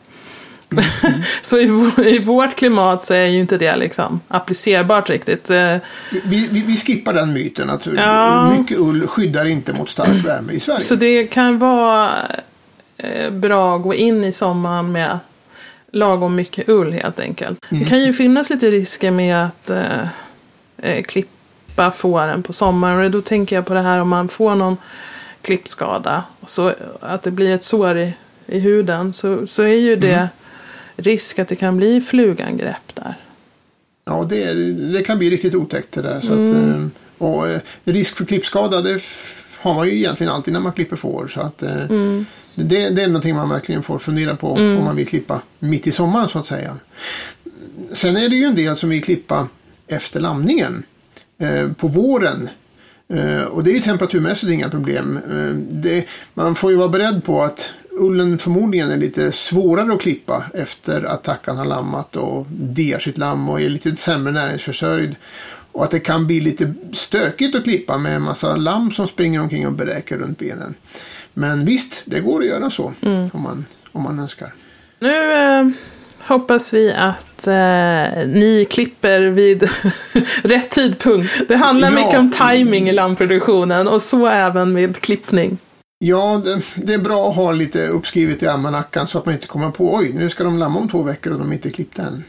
Så i vårt klimat så är ju inte det liksom applicerbart riktigt. Vi skippar den myten att mycket ull skyddar inte mot stark värme i Sverige. Så det kan vara bra att gå in i sommaren med lagom mycket ull helt enkelt. Det kan ju finnas lite risker med att klippa fåren på sommaren. Och då tänker jag på det här om man får någon klippskada så att det blir ett sår i huden så är ju det risk att det kan bli flugangrepp där. Ja, det kan bli riktigt otäckt det där. Så att, och risk för klippskada det har man ju egentligen alltid när man klipper får. Så att det är någonting man verkligen får fundera på om man vill klippa mitt i sommaren så att säga. Sen är det ju en del som vill klippa efter lamningen på våren. Och det är ju temperaturmässigt inga problem. Man får ju vara beredd på att ullen förmodligen är lite svårare att klippa efter att tackan har lammat och diar sitt lamm och är lite sämre näringsförsörjd. Och att det kan bli lite stökigt att klippa med en massa lamm som springer omkring och beräkar runt benen. Men visst, det går att göra så om man önskar. Nu hoppas vi att ni klipper vid rätt tidpunkt. Det handlar mycket om timing i lammproduktionen och så även med klippning. Ja, det är bra att ha lite uppskrivet i almanackan så att man inte kommer på nu ska de lamma om 2 veckor och de är inte klippt än.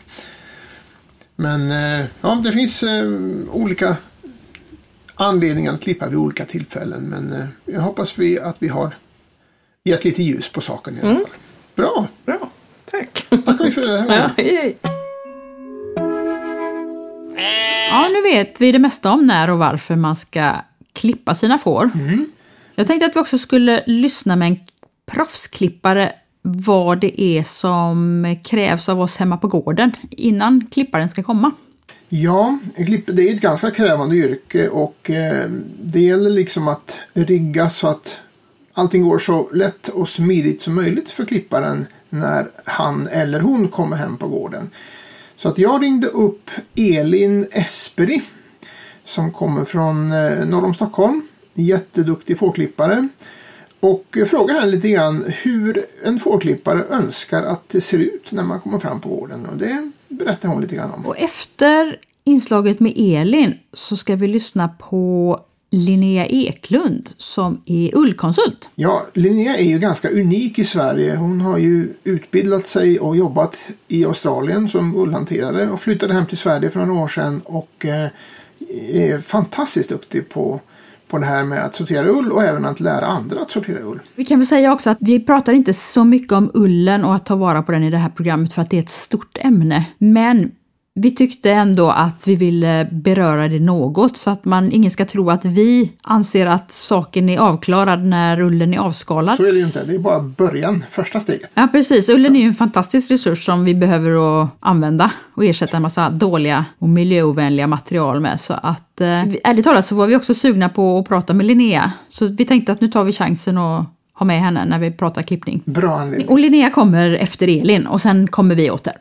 Men det finns olika anledningar att klippa vid olika tillfällen. Men jag hoppas att vi har gett lite ljus på saken i alla fall. Bra! Tack! Tackar vi för det här. Hej! Ja, nu vet vi det mesta om när och varför man ska klippa sina får. Jag tänkte att vi också skulle lyssna med en proffsklippare vad det är som krävs av oss hemma på gården innan klipparen ska komma. Ja, det är ett ganska krävande yrke och det gäller liksom att rigga så att allting går så lätt och smidigt som möjligt för klipparen när han eller hon kommer hem på gården. Så att jag ringde upp Elin Esperi som kommer från norr om Stockholm. Jätteduktig fårklippare. Och frågar här lite grann hur en fårklippare önskar att det ser ut när man kommer fram på gården. Och det berättar hon lite grann om. Och efter inslaget med Elin så ska vi lyssna på Linnea Eklund som är ullkonsult. Ja, Linnea är ju ganska unik i Sverige. Hon har ju utbildat sig och jobbat i Australien som ullhanterare och flyttade hem till Sverige för några år sedan och är fantastiskt duktig på det här med att sortera ull och även att lära andra att sortera ull. Vi kan väl säga också att vi pratar inte så mycket om ullen och att ta vara på den i det här programmet för att det är ett stort ämne. Men vi tyckte ändå att vi ville beröra det något så att ingen ska tro att vi anser att saken är avklarad när ullen är avskalad. Så är det ju inte, det är bara början, första steget. Ja precis, ullen är ju en fantastisk resurs som vi behöver att använda och ersätta en massa dåliga och miljöovänliga material med. Så att ärligt talat så var vi också sugna på att prata med Linnea. Så vi tänkte att nu tar vi chansen att ha med henne när vi pratar klippning. Bra anledning. Och Linnea kommer efter Elin och sen kommer vi åter.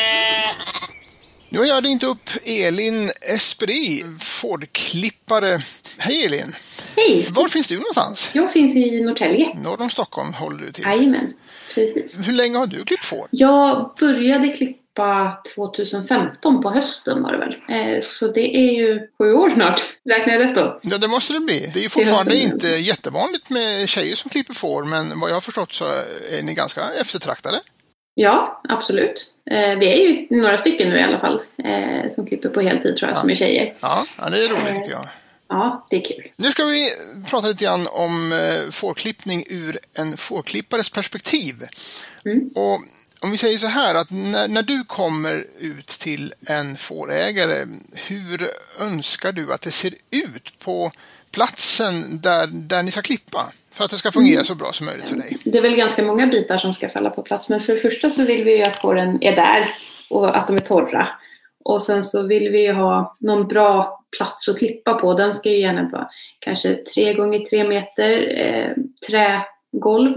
Nu har jag ringt upp Elin Esperi, fårklippare. Hej Elin! Hej! Var finns du någonstans? Jag finns i Norrtälje. Norr om Stockholm håller du till. Jajamän, precis. Hur länge har du klippt får? Jag började klippa 2015 på hösten var det väl. Så det är ju 7 år snart. Räknar jag rätt då? Ja, det måste det bli. Det är ju fortfarande inte jättevanligt med tjejer som klipper får, men vad jag har förstått så är ni ganska eftertraktade. Ja, absolut. Vi är ju några stycken nu i alla fall som klipper på heltid tror jag som är tjejer. Ja, det är roligt tycker jag. Ja, det är kul. Nu ska vi prata lite grann om fårklippning ur en fårklippares perspektiv. Och om vi säger så här att när du kommer ut till en fårägare, hur önskar du att det ser ut på platsen där ni ska klippa? För att det ska fungera så bra som möjligt för dig. Det är väl ganska många bitar som ska falla på plats. Men för det första så vill vi ju att fåren är där och att de är torra. Och sen så vill vi ju ha någon bra plats att klippa på. Den ska ju gärna vara kanske 3 gånger 3 meter trägolv.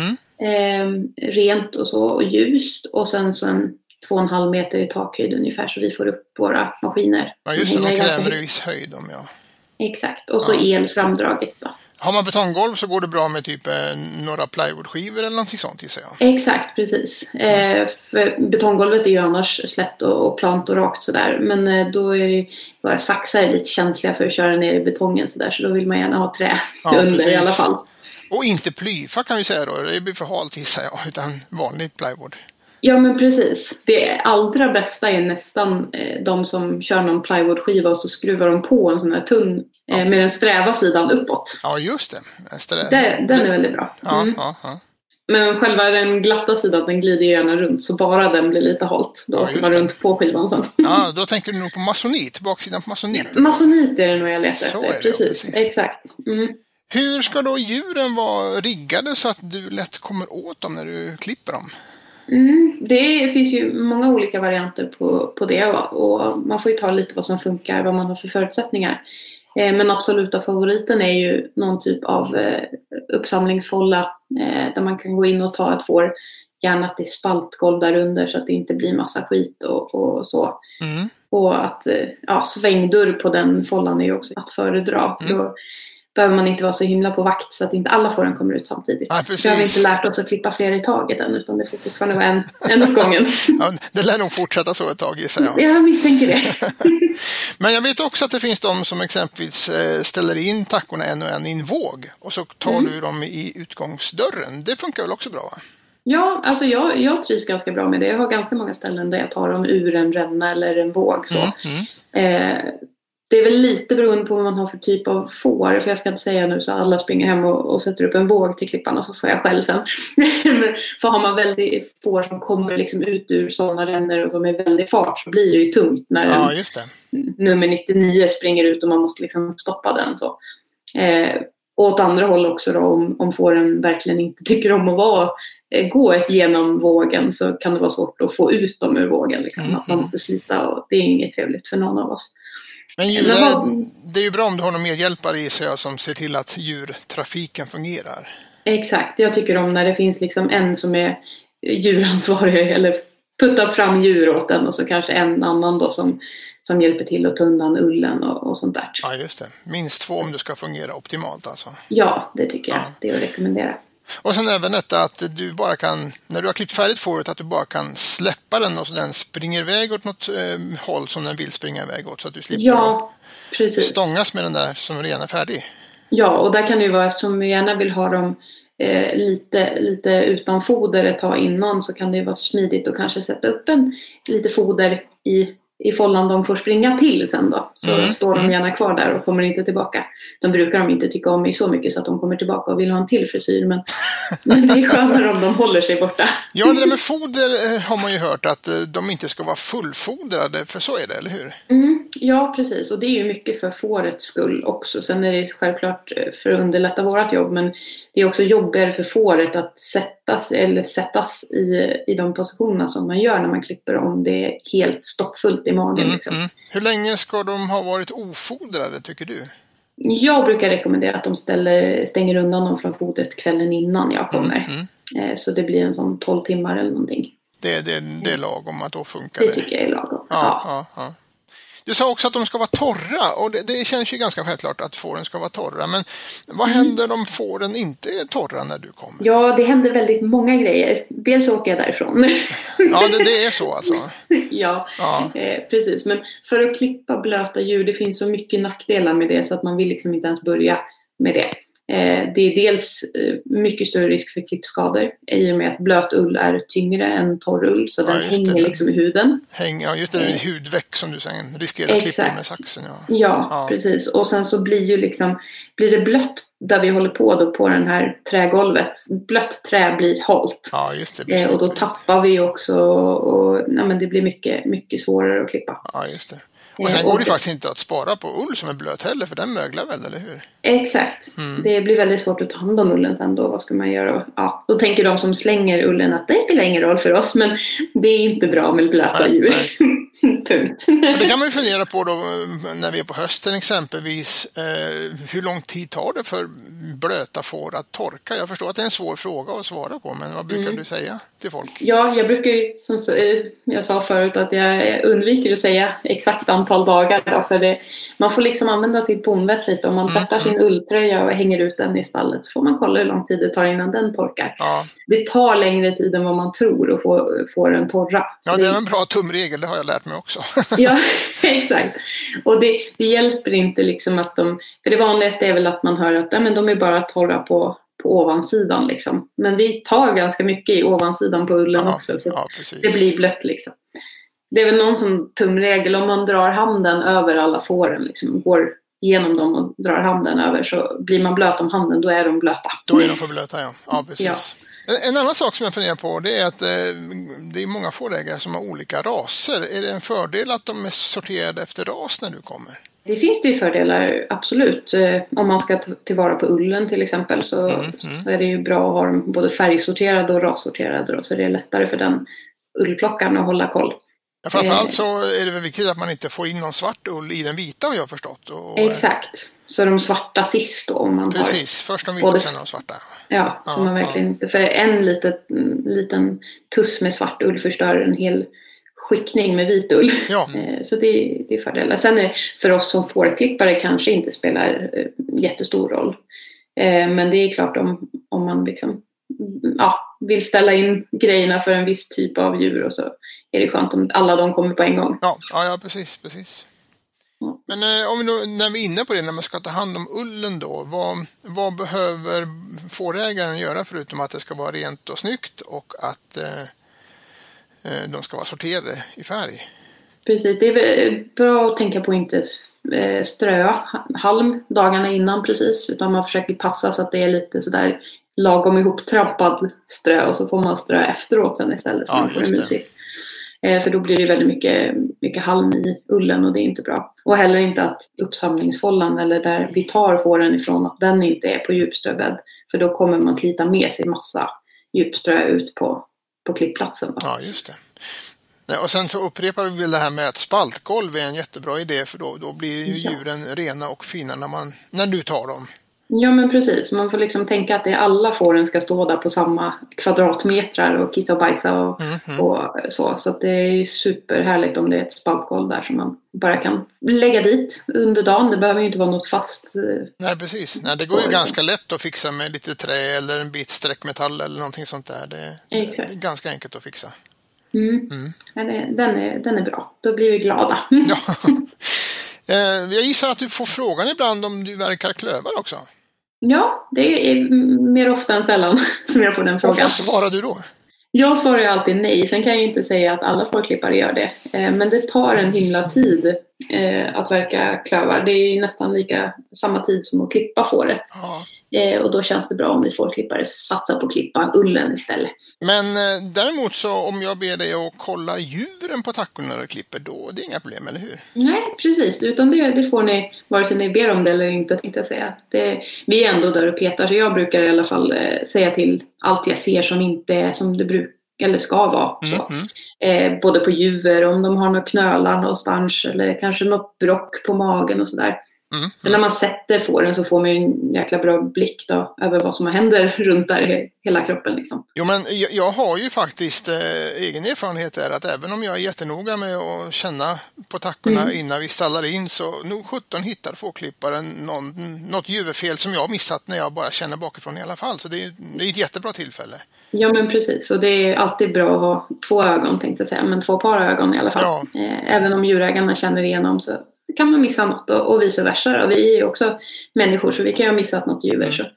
Rent och så och ljust. Och sen så 2,5 meter i takhöjd ungefär så vi får upp våra maskiner. Ja just det, de kräver en viss höjd om jag. Exakt, och så el framdraget då. Har man betonggolv så går det bra med typ några plywoodskivor eller någonting sånt gissar jag. Exakt, precis. För betonggolvet är ju annars slätt och plant och rakt sådär. Men då är det bara saxar är lite känsliga för att köra ner i betongen sådär. Så då vill man gärna ha trä under precis. I alla fall. Och inte plyfa kan vi säga då, det blir för halt gissar jag, utan vanlig plywood. Ja men precis. Det allra bästa är nästan de som kör någon plywoodskiva och så skruvar de på en sån här tunn med den sträva sidan uppåt. Ja just det. Den är väldigt bra. Ja. Men själva den glatta sidan den glider gärna runt så bara den blir lite halt. Då åker man runt på skivan sen. Ja, då tänker du nog på masonit, baksidan på masonit. Masonit är det nog jag letar efter. Är det, precis. Exakt. Hur ska då djuren vara riggade så att du lätt kommer åt dem när du klipper dem? Det finns ju många olika varianter på det och man får ju ta lite vad som funkar, vad man har för förutsättningar. Men absoluta favoriten är ju någon typ av uppsamlingsfålla där man kan gå in och ta ett får, gärna att det är spaltgolv där under så att det inte blir massa skit och så. Och att svängdörr på den fållan är ju också att föredra. Då behöver man inte vara så himla på vakt så att inte alla fåren kommer ut samtidigt. Ja, vi har inte lärt oss att klippa fler i taget än utan det får fortfarande vara en åt gången. Ja, det lär nog fortsätta så ett tag gissar jag. Jag misstänker det. Men jag vet också att det finns de som exempelvis ställer in tackorna en och en i en våg och så tar du dem i utgångsdörren. Det funkar väl också bra va? Ja, alltså jag trivs ganska bra med det. Jag har ganska många ställen där jag tar dem ur en ränna eller en våg. Så. Det är väl lite beroende på vad man har för typ av får. För jag ska inte säga nu så alla springer hem och sätter upp en våg till klippan och så får jag själv sen. För har man väldigt får som kommer liksom ut ur sådana rännor och de är väldigt fart så blir det ju tungt när nummer 99 springer ut och man måste liksom stoppa den. Så. Och åt andra håll också då, om fåren verkligen inte tycker om att gå genom vågen så kan det vara svårt att få ut dem ur vågen. Liksom, att man måste slita och det är inget trevligt för någon av oss. Men det är ju bra om du har någon medhjälpare i sig som ser till att djurtrafiken fungerar. Exakt, jag tycker om när det finns liksom en som är djuransvarig eller puttar fram djur åt den och så kanske en annan då som som hjälper till att ta undan ullen och sånt där. Ja, just det. Minst 2 om det ska fungera optimalt alltså. Ja, det tycker jag. Det är att rekommendera. Och sen även detta att du bara kan, när du har klippt färdigt fåret, att du bara kan släppa den och så den springer iväg åt något håll som den vill springa iväg åt, så att du slipper stångas med den där som redan är färdig. Ja, och där kan det ju vara, eftersom vi gärna vill ha dem lite utan foder ett tag innan, så kan det ju vara smidigt att kanske sätta upp lite foder i follan de får springa till sen då. Så står de gärna kvar där och kommer inte tillbaka. De brukar de inte tycka om mig så mycket så att de kommer tillbaka och vill ha en till frisyr. Men det är skönare om de håller sig borta. Ja, det där med foder har man ju hört att de inte ska vara fullfodrade, för så är det, eller hur? Ja, precis. Och det är ju mycket för fårets skull också. Sen är det självklart för att underlätta vårt jobb, men det är också jobbigare för fåret att sättas i de positionerna som man gör när man klipper, om det är helt stoppfullt i magen. Liksom. Hur länge ska de ha varit ofodrade, tycker du? Jag brukar rekommendera att de stänger undan dem från fodret kvällen innan jag kommer. Så det blir en sån 12 timmar eller någonting. Det är lagom att då funkar det. Det tycker jag är lagom. Ja. Du sa också att de ska vara torra, och det känns ju ganska självklart att fåren ska vara torra. Men vad händer om fåren inte är torra när du kommer? Ja, det händer väldigt många grejer. Dels åker jag därifrån. Ja, det är så alltså. Ja. Precis. Men för att klippa blöta djur, det finns så mycket nackdelar med det så att man vill liksom inte ens börja med det. Det är dels mycket större risk för klippskador i och med att blöt ull är tyngre än torr ull, så den hänger liksom i huden. Just det, hudväck som du sen riskerar att klippa med saxen. Ja, precis. Och sen så blir det blött där vi håller på då på den här trägolvet. Blött trä blir halt. Ja, just det. Och då tappar vi också och det blir mycket, mycket svårare att klippa. Ja, just det. Och sen går det faktiskt inte att spara på ull som är blöt heller, för den möglar väl, eller hur? Exakt. Det blir väldigt svårt att ta hand om ullen sen då. Vad ska man göra? Ja, då tänker de som slänger ullen att det spelar ingen roll för oss, men det är inte bra med blöta djur. Punkt. Det kan man ju fundera på då när vi är på hösten exempelvis. Hur lång tid tar det för blöta får att torka? Jag förstår att det är en svår fråga att svara på, men vad brukar du säga till folk? Ja, jag brukar ju, som jag sa förut, att jag undviker att säga exakt antal dagar. Då, för man får liksom använda sitt bondvett lite. Om man tvättar sin ulltröja och hänger ut den i stallet, så får man kolla hur lång tid det tar innan den torkar. Ja. Det tar längre tid än vad man tror att få den torra. Ja, det är en bra tumregel, det har jag lärt mig också. Ja, exakt. Och det hjälper inte liksom att för det vanligaste är väl att man hör att de är bara torra på ovansidan liksom. Men vi tar ganska mycket i ovansidan på ullen också, så det blir blött liksom. Det är väl någon som tumregel, om man drar handen över alla fåren liksom, går igenom dem och drar handen över, så blir man blöt om handen, då är de blöta. Då är de för blöta, ja. Ja, precis. Ja. En annan sak som jag funderar på, det är att det är många fårägare som har olika raser. Är det en fördel att de är sorterade efter ras när du kommer? Det finns det ju fördelar, absolut. Om man ska tillvara på ullen till exempel, så är det ju bra att ha dem både färgsorterade och rassorterade då, så det är lättare för den ullplockaren att hålla koll. Ja, framförallt så är det väl viktigt att man inte får in någon svart ull i den vita, har jag förstått. Exakt. Så de svarta sist då, om man precis, först de vita och sen de svarta. Ja, så man verkligen inte... För en liten tuss med svart ull förstör en hel skickning med vit ull. Ja. Så det är fördelar. Sen är för oss som fårklippare kanske inte spelar jättestor roll. Men det är klart om man liksom vill ställa in grejerna för en viss typ av djur, och så är det skönt om alla de kommer på en gång. Ja, precis. Men om när vi är inne på det, när man ska ta hand om ullen då, vad behöver fårägaren göra förutom att det ska vara rent och snyggt och att de ska vara sorterade i färg? Precis, det är bra att tänka på att inte strö halm dagarna innan precis, utan man försöker passa så att det är lite sådär lagom ihop trampad strö, och så får man strö efteråt sen istället, så man får det mysigt. För då blir det väldigt mycket halm i ullen, och det är inte bra. Och heller inte att uppsamlingsfållan eller där vi tar fåren ifrån, att den inte är på djupströbädd, för då kommer man slita med sig massa djupströ ut på klippplatsen. Då. Ja, just det. Nej, och sen så upprepar vi väl det här med att spaltgolv är en jättebra idé, för då blir ju djuren rena och fina när du tar dem. Ja men precis, man får liksom tänka att alla fåren ska stå där på samma kvadratmetrar och kitta och bajsa och så. Så att det är ju superhärligt om det är ett spaltgolv där som man bara kan lägga dit under dagen. Det behöver ju inte vara något fast. Nej precis, det går ju ganska lätt att fixa med lite trä eller en bit sträckmetall eller någonting sånt där. Det är ganska enkelt att fixa. Ja, den är bra, då blir vi glada. Ja. Jag gissar att du får frågan ibland om du verkar klövar också. Ja, det är mer ofta än sällan som jag får den frågan. Vad svarar du då? Jag svarar ju alltid nej. Sen kan jag inte säga att alla fårklippare gör det. Men det tar en himla tid att verka klövar. Det är nästan samma tid som att klippa fåret. Ja. Och då känns det bra om vi fårklippare satsar på att klippa ullen istället. Men däremot så om jag ber dig att kolla djuren på tackorna när du klipper, då det är inga problem, eller hur? Nej, precis. Utan det får ni, vare sig ni ber om det eller inte, tänkte jag säga. Vi är ändå där och petar, så jag brukar i alla fall säga till allt jag ser som inte är som det brukar eller ska vara. Både på djur, om de har några knölar någonstans eller kanske något brock på magen och sådär. Men när man sätter fåren så får man ju en jäkla bra blick då, över vad som händer runt där i hela kroppen liksom. Jo, men jag har ju faktiskt egen erfarenhet där att även om jag är jättenoga med att känna på tackorna innan vi stallar in, så nog 17 hittar fårklipparen något djurfel som jag har missat när jag bara känner bakifrån i alla fall. Så det är ett jättebra tillfälle. Ja men precis, och det är alltid bra att ha 2 ögon tänkte jag säga, men 2 par ögon i alla fall. Ja. Även om djurägarna känner igenom så kan man missa något och vice versa. Och vi är ju också människor så vi kan ju ha missat något djur.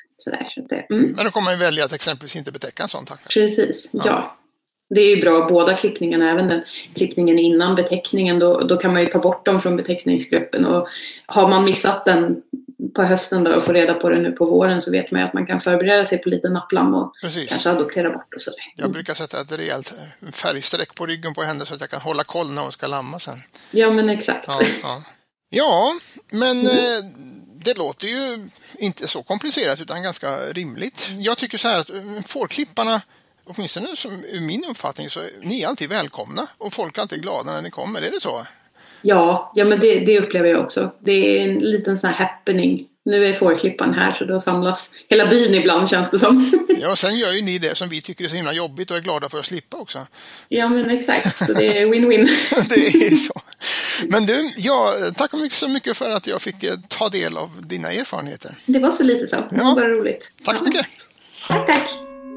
Men då kommer man välja att exempelvis inte betäcka en sån tacka. Precis, ja. Det är ju bra, båda klippningarna, även den klippningen innan betäckningen, då kan man ju ta bort dem från betäckningsgruppen. Och har man missat den på hösten då och får reda på det nu på våren, så vet man ju att man kan förbereda sig på lite napplam och kanske adoptera bort och sådär. Jag brukar sätta ett rejält färgsträck på ryggen på henne så att jag kan hålla koll när hon ska lamma sen. Ja men exakt. Ja men det låter ju inte så komplicerat utan ganska rimligt. Jag tycker så här att fårklipparna, åtminstone ur min uppfattning, så ni är alltid välkomna och folk är alltid glada när ni kommer, är det så? Ja men det upplever jag också. Det är en liten sån här happening. Nu är fårklippan här så då samlas hela byn ibland, känns det som. Ja, och sen gör ju ni det som vi tycker är så himla jobbigt och är glada för att slippa också. Ja men exakt, så det är win-win. Det är så. Men du, tack så mycket för att jag fick ta del av dina erfarenheter. Det var så lite så, det var bara roligt. Tack så mycket. Tack.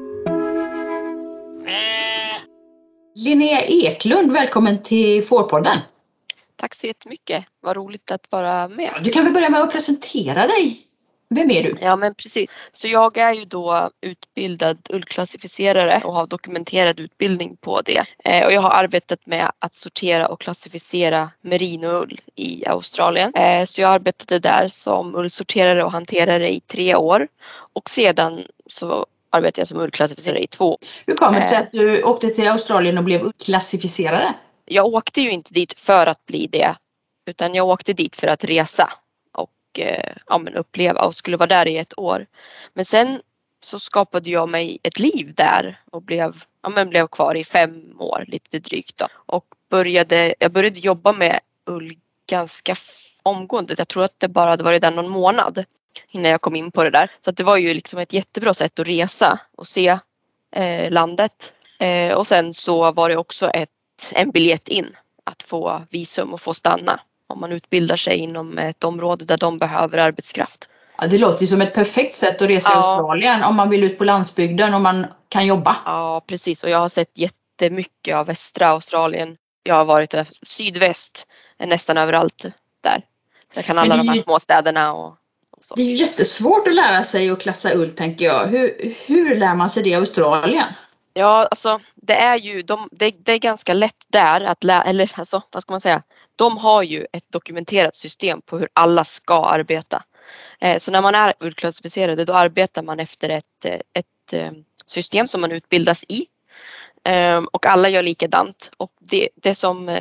Linnea Eklund, välkommen till Fårpodden. Tack så jättemycket. Vad roligt att vara med. Du kan väl börja med att presentera dig. Vem är du? Ja men precis. Så jag är ju då utbildad ullklassificerare och har dokumenterad utbildning på det. Och jag har arbetat med att sortera och klassificera merinoull i Australien. Så jag arbetade där som ullsorterare och hanterare i 3 år. Och sedan så arbetade jag som ullklassificerare i 2 år. Hur kommer det sig att du åkte till Australien och blev ullklassificerare? Jag åkte ju inte dit för att bli det, utan jag åkte dit för att resa och uppleva och skulle vara där i 1 år. Men sen så skapade jag mig ett liv där och blev kvar i 5 år, lite drygt då. Och jag började jobba med ull ganska omgående. Jag tror att det bara hade varit där någon månad innan jag kom in på det där. Så att det var ju liksom ett jättebra sätt att resa och se landet. Och sen så var det också en biljett in att få visum och få stanna om man utbildar sig inom ett område där de behöver arbetskraft. Ja, det låter ju som ett perfekt sätt att resa i Australien om man vill ut på landsbygden och man kan jobba. Ja, precis. Och jag har sett jättemycket av västra Australien. Jag har varit där, sydväst, nästan överallt där. Jag kan alla de här små städerna och så. Det är ju jättesvårt att lära sig att klassa ull, tänker jag. Hur lär man sig det i Australien? Ja, alltså det är ju det är ganska lätt där att vad ska man säga? De har ju ett dokumenterat system på hur alla ska arbeta. Så när man är ullklassificerade då arbetar man efter ett system som man utbildas i. Och alla gör likadant. Och det som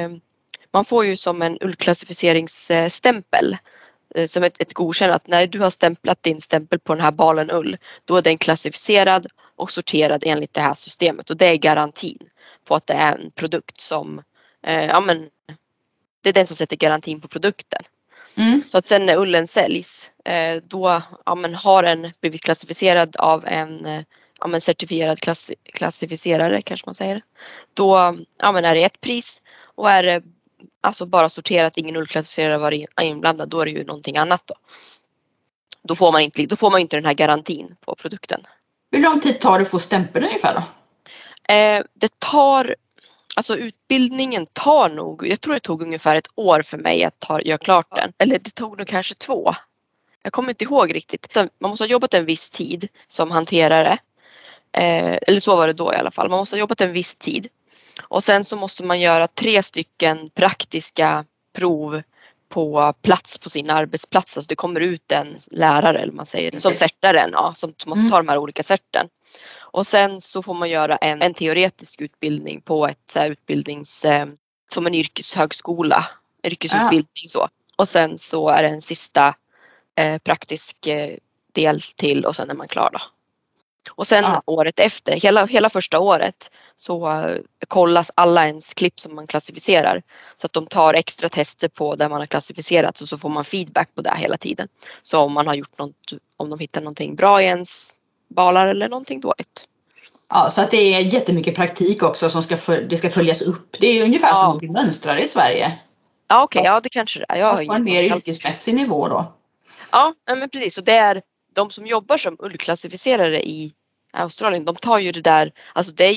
man får ju som en ullklassificeringsstämpel. Som ett godkännande att när du har stämplat din stämpel på den här balen ull, då är den klassificerad och sorterad enligt det här systemet. Och det är garantin på att det är en produkt som, det är den som sätter garantin på produkten. Så att sen när ullen säljs, då har den blivit klassificerad av en certifierad klassificerare, kanske man säger. Då är det ett pris, och är det alltså bara sorterat, ingen ullklassificerare var inblandad, då är det ju någonting annat då. Då får man inte den här garantin på produkten. Hur lång tid tar det att få stämpeln ungefär då? Det tar, alltså utbildningen tar nog, jag tror det tog ungefär 1 år för mig att göra klart den. Eller det tog nog kanske 2. Jag kommer inte ihåg riktigt. Man måste ha jobbat en viss tid som hanterare. Eller så var det då i alla fall. Man måste ha jobbat en viss tid. Och sen så måste man göra 3 stycken praktiska prov på plats på sin arbetsplats. Alltså det kommer ut en lärare, eller man säger, som certar den, som måste ta de här olika certen. Och sen så får man göra en teoretisk utbildning på ett så här utbildnings, som en yrkeshögskola, yrkesutbildning så. Och sen så är det en sista praktisk del till, och sen är man klar då. Och sen året efter, hela första året, så kollas alla ens klipp som man klassificerar. Så att de tar extra tester på där man har klassificerat, och så får man feedback på det hela tiden. Så om man har gjort något, om de hittar någonting bra i ens balar eller någonting dåligt. Ja, så att det är jättemycket praktik också som det ska följas upp. Det är ungefär som vi mönstrar i Sverige. Ja, okej. Ja, det kanske det är. Fast på en mer yrkesmässig nivå då. Ja, men precis. Och det är de som jobbar som ullklassificerare i Australien, de tar ju det där, alltså det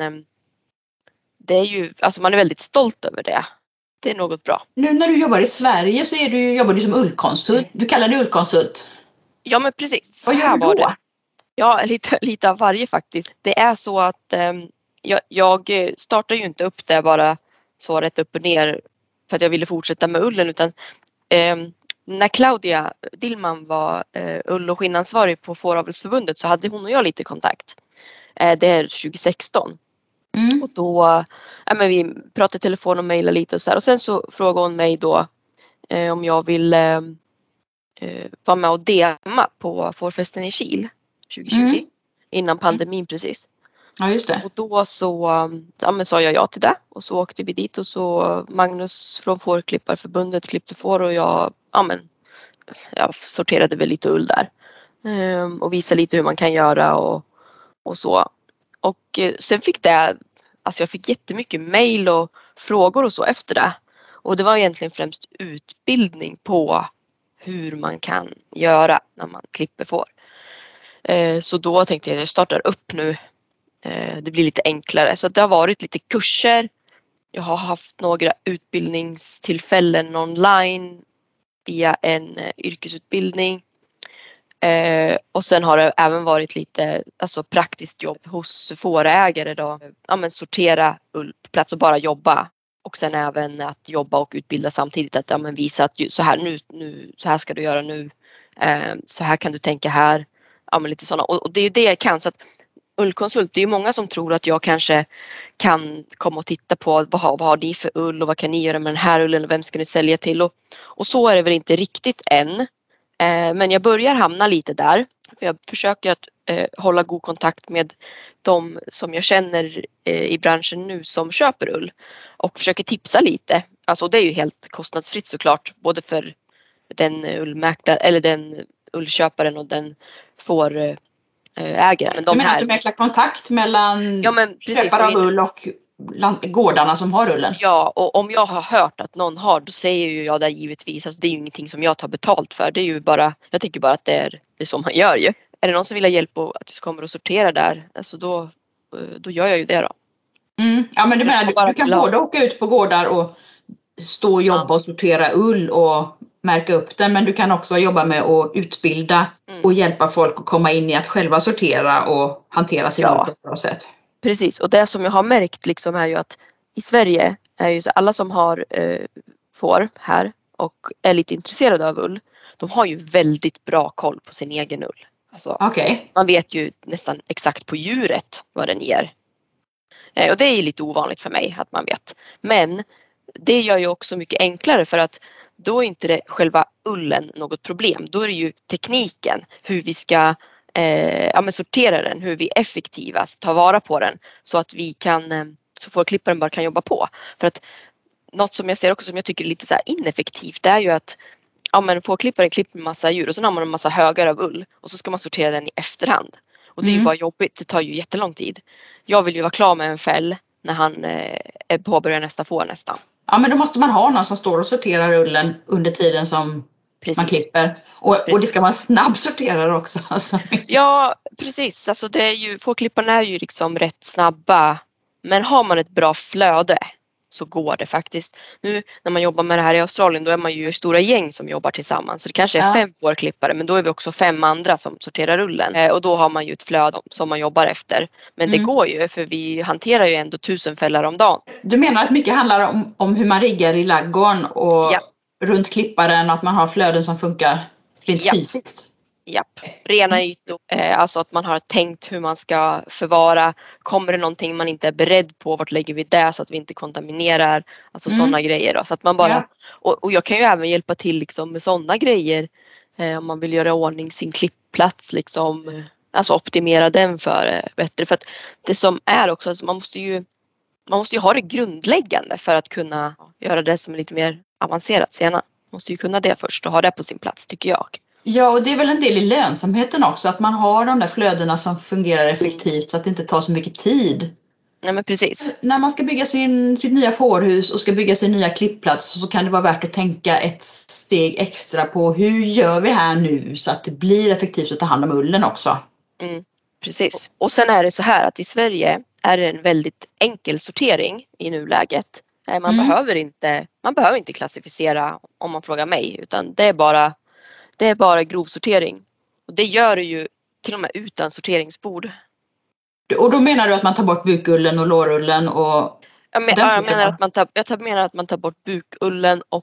är ju, alltså man är väldigt stolt över det. Det är något bra. Nu när du jobbar i Sverige så jobbar du som ullkonsult. Du kallar dig ullkonsult. Ja, men precis. Vad gör du då? Det. Ja, lite av varje faktiskt. Det är så att jag startar ju inte upp det bara så rätt upp och ner för att jag ville fortsätta med ullen, utan när Claudia Dillman var ull- och skinnansvarig på Fåravelsförbundet så hade hon och jag lite kontakt. Det är 2016. Och då vi pratade i telefon och mejlade lite och så här. Och sen så frågade hon mig då om jag ville vara med och dema på Fårfesten i Kil 2020. Innan pandemin precis. Ja, just det. Och då så sa jag ja till det. Och så åkte vi dit, och så Magnus från Fårklipparförbundet klippte får, och jag sorterade väl lite ull där. Och visade lite hur man kan göra och så. Och sen jag fick jättemycket mejl och frågor och så efter det. Och det var egentligen främst utbildning på hur man kan göra när man klipper får. Så då tänkte jag startar upp nu. Det blir lite enklare. Så det har varit lite kurser. Jag har haft några utbildningstillfällen online via en yrkesutbildning. Och sen har det även varit lite praktiskt jobb hos fårägare då. Sortera ull på plats och bara jobba. Och sen även att jobba och utbilda samtidigt. Att visa att så här nu så här ska du göra nu. Så här kan du tänka här. Lite sådana. Och det är det jag kan. Så att ullkonsult, det är ju många som tror att jag kanske kan komma och titta på vad har ni för ull och vad kan ni göra med den här ullen och vem ska ni sälja till. Och så är det väl inte riktigt än. Men jag börjar hamna lite där. För jag försöker att hålla god kontakt med de som jag känner i branschen nu som köper ull. Och försöker tipsa lite. Alltså det är ju helt kostnadsfritt såklart. Både för den ullmäklare eller den ullköparen och den får ägaren. Men du menar att du mäklar kontakt mellan köpare av ull och gårdarna som har ullen? Ja, och om jag har hört att någon har, då säger ju jag det givetvis. Alltså, det är ju ingenting som jag tar betalt för. Det är ju bara, jag tycker bara att det är så man gör ju. Är det någon som vill ha hjälp och att du kommer och sortera där, alltså då gör jag ju det då. Ja, men du menar, du kan både åka ut på gårdar och stå och jobba och sortera ull och märka upp den, men du kan också jobba med att utbilda och hjälpa folk att komma in i att själva sortera och hantera sin ull på ett bra sätt. Precis, och det som jag har märkt liksom är ju att i Sverige är ju så alla som har får här och är lite intresserade av ull, de har ju väldigt bra koll på sin egen ull. Alltså, man vet ju nästan exakt på djuret vad den ger. Och det är ju lite ovanligt för mig att man vet. Men det gör ju också mycket enklare, för att då är inte det själva ullen något problem. Då är det ju tekniken, hur vi ska sortera den, hur vi effektivast tar vara på den så att vi kan, så fårklipparen bara kan jobba på. För att något som jag ser också som jag tycker är lite så här ineffektivt, det är ju att ja men fårklipparen klipper en massa djur och sen har man en massa högar av ull och så ska man sortera den i efterhand. Och det är ju bara jobbigt, det tar ju jättelång tid. Jag vill ju vara klar med en fäll när han påbörjar nästa får nästan. Ja, men då måste man ha någon som står och sorterar ullen under tiden som man klipper. Och det ska vara snabb sorterare också. Alltså. Ja, precis. Alltså det är ju, fårklipparna är ju liksom rätt snabba. Men har man ett bra flöde så går det faktiskt. Nu när man jobbar med det här i Australien, då är man ju i stora gäng som jobbar tillsammans. Så det kanske är 5 fårklippare, men då är vi också 5 andra som sorterar ullen. Och då har man ju ett flöde som man jobbar efter. Men det går ju, för vi hanterar ju ändå 1000 fällar om dagen. Du menar att mycket handlar om hur man riggar i laggården och runt klipparen och att man har flöden som funkar rent fysiskt? Japp, rena ytor, alltså att man har tänkt hur man ska förvara. Kommer det någonting man inte är beredd på, vart lägger vi det så att vi inte kontaminerar, alltså sådana grejer då. Så att man bara, och jag kan ju även hjälpa till liksom med sådana grejer om man vill göra i ordning sin klippplats liksom, alltså optimera den för bättre. För att det som är också, alltså man måste ju ha det grundläggande för att kunna göra det som är lite mer avancerat senare. Man måste ju kunna det först och ha det på sin plats, tycker jag. Ja, och det är väl en del i lönsamheten också, att man har de där flödena som fungerar effektivt så att det inte tar så mycket tid. Ja, men precis. När man ska bygga sitt nya fårhus och ska bygga sin nya klippplats så kan det vara värt att tänka ett steg extra på hur gör vi här nu så att det blir effektivt att ta hand om ullen också. Precis. Och sen är det så här att i Sverige är det en väldigt enkel sortering i nuläget. Man behöver inte klassificera om man frågar mig, utan det är bara grovsortering. Och det gör det ju till och med utan sorteringsbord. Och då menar du att man tar bort bukullen och lårullen och... Jag menar att man tar bort bukullen och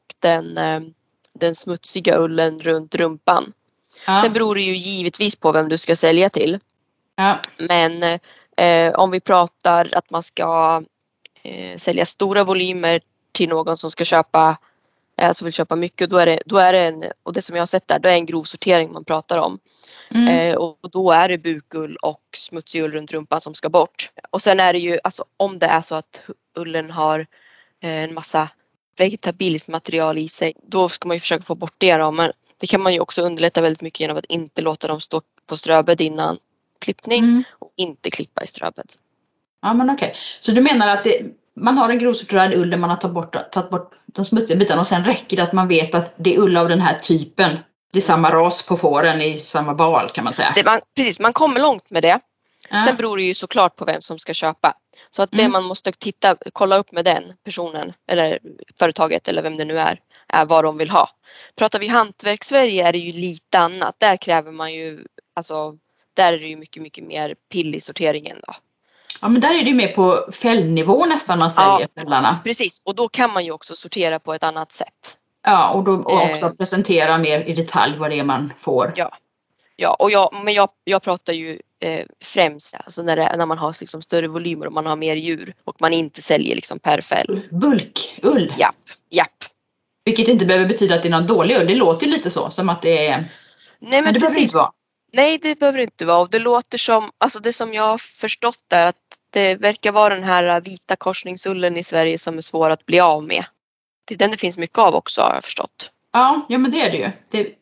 den smutsiga ullen runt rumpan. Ja. Sen beror det ju givetvis på vem du ska sälja till. Ja. Men om vi pratar att man ska sälja stora volymer till någon som ska köpa, som vill köpa mycket, då är det och det som jag har sett där, då är en grov sortering man pratar om. Och då är det bukull och smutsig ull runt rumpan som ska bort. Och sen är det ju, alltså om det är så att ullen har en massa vegetabiliskt material i sig, då ska man ju försöka få bort det då. Men det kan man ju också underlätta väldigt mycket genom att inte låta dem stå på ströbädd innan klippning och inte klippa i ströbädd. Ja, men okej. Så du menar att man har en grovsorterad ull där man har tagit bort de smutsiga bitarna och sen räcker det att man vet att det är ull av den här typen. Det är samma ras på fåren i samma bal, kan man säga. Precis, man kommer långt med det. Sen beror det ju såklart på vem som ska köpa. Så att det man måste kolla upp med den personen eller företaget eller vem det nu är vad de vill ha. Pratar vi hantverk Sverige är det ju lite annat. Där kräver man ju, alltså där är det ju mycket, mycket mer pill i sorteringen då. Ja, men där är det ju mer på fällnivå nästan man säljer fällarna. Precis, och då kan man ju också sortera på ett annat sätt. Ja, och då också presentera mer i detalj vad det är man får. Ja, och jag pratar ju främst alltså när man har liksom större volymer och man har mer djur och man inte säljer liksom per fäll. Bulkull. Japp. Vilket inte behöver betyda att det är någon dålig ull. Det låter ju lite så, som att det är... Nej, men det precis. Inte vara. Nej, det behöver inte vara. Och det låter som, alltså det som jag har förstått är att det verkar vara den här vita korsningsullen i Sverige som är svår att bli av med. Det är den det finns mycket av också, har jag förstått. Ja, men det är det ju. Det är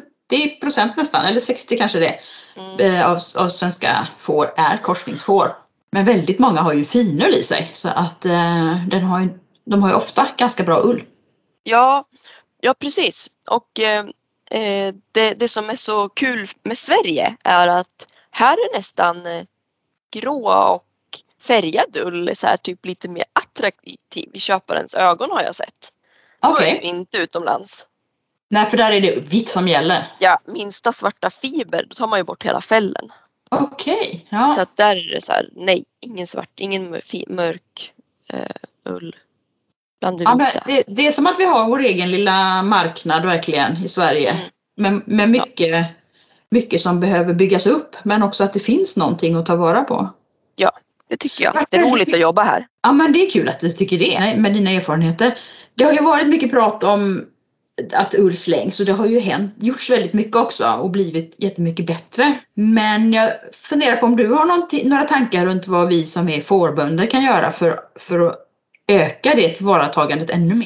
70% nästan, eller 60% kanske det, av svenska får är korsningsfår. Men väldigt många har ju finull i sig, så att de har ju ofta ganska bra ull. Ja, precis. Och det som är så kul med Sverige är att här är nästan grå och färgad ull så här typ lite mer attraktiv i köparens ögon, har jag sett. Så är det inte utomlands. Nej, för där är det vitt som gäller. Ja, minsta svarta fiber, då tar man ju bort hela fällen. Okej, ja. Så att där är det så här, nej, ingen svart, ingen mörk ull. Bland det vita. Men det är som att vi har vår egen lilla marknad verkligen i Sverige. Med mycket som behöver byggas upp, men också att det finns någonting att ta vara på. Ja, det tycker jag. Det är roligt att jobba här. Ja, men det är kul att du tycker det med dina erfarenheter. Det har ju varit mycket prat om att ull slängs, och det har ju gjorts väldigt mycket också och blivit jättemycket bättre. Men jag funderar på om du har några tankar runt vad vi som är fårbönder kan göra för att öka det tillvaratagandet ännu mer.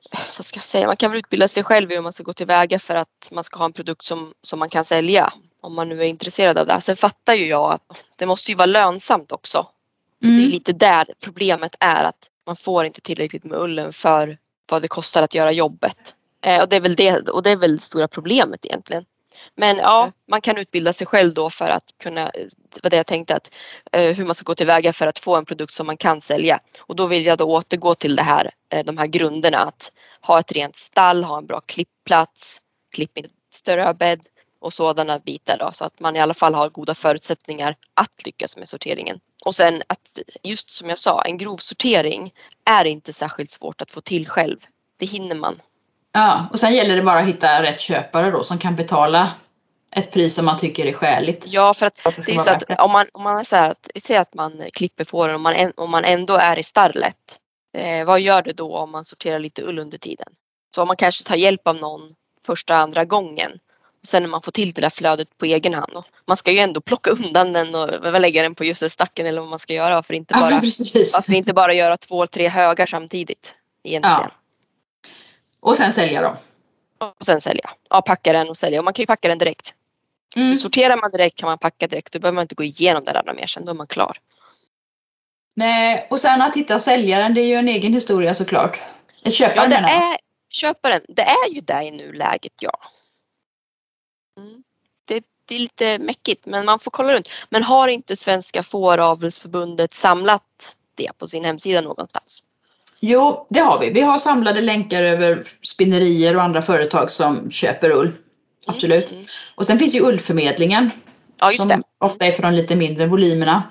vad ska jag säga, man kan väl utbilda sig själv i hur man ska gå tillväga för att man ska ha en produkt som man kan sälja. Om man nu är intresserad av det. Sen fattar ju jag att det måste ju vara lönsamt också. Det är lite där problemet är, att man får inte tillräckligt med ullen för vad det kostar att göra jobbet. Och det är väl det stora problemet egentligen. Men ja, man kan utbilda sig själv då för att kunna, vad det jag tänkte, att hur man ska gå tillväga för att få en produkt som man kan sälja. Och då vill jag då återgå till det här, de här grunderna, att ha ett rent stall, ha en bra klippplats, klippa in ströbädd och sådana bitar då, så att man i alla fall har goda förutsättningar att lyckas med sorteringen. Och sen att, just som jag sa, en grov sortering är inte särskilt svårt att få till själv. Det hinner man. Ja, och sen gäller det bara att hitta rätt köpare då som kan betala ett pris som man tycker är skäligt. Ja, för att det är så att om man är så här, att säg att man klipper fåren om man ändå är i stallet, vad gör det då om man sorterar lite ull under tiden? Så om man kanske tar hjälp av någon första, andra gången, och sen när man får till det där flödet på egen hand, och man ska ju ändå plocka undan den och lägga den på gödselstacken eller vad man ska göra, för inte bara göra 2-3 högar samtidigt egentligen. Ja. Och sen sälja dem. Och sen sälja. Ja, packa den och sälja. Och man kan ju packa den direkt. Så sorterar man direkt kan man packa direkt. Då behöver man inte gå igenom det där mer sen. Då är man klar. Nej, och sen att hitta säljaren, det är ju en egen historia såklart. Köparen, köparen, det är ju där i nuläget, ja. Det är lite mäckigt, men man får kolla runt. Men har inte Svenska Fåravelsförbundet samlat det på sin hemsida någonstans? Jo, det har vi. Vi har samlade länkar över spinnerier och andra företag som köper ull. Absolut. Och sen finns ju ullförmedlingen. Ja, just det. Som ofta är för de lite mindre volymerna.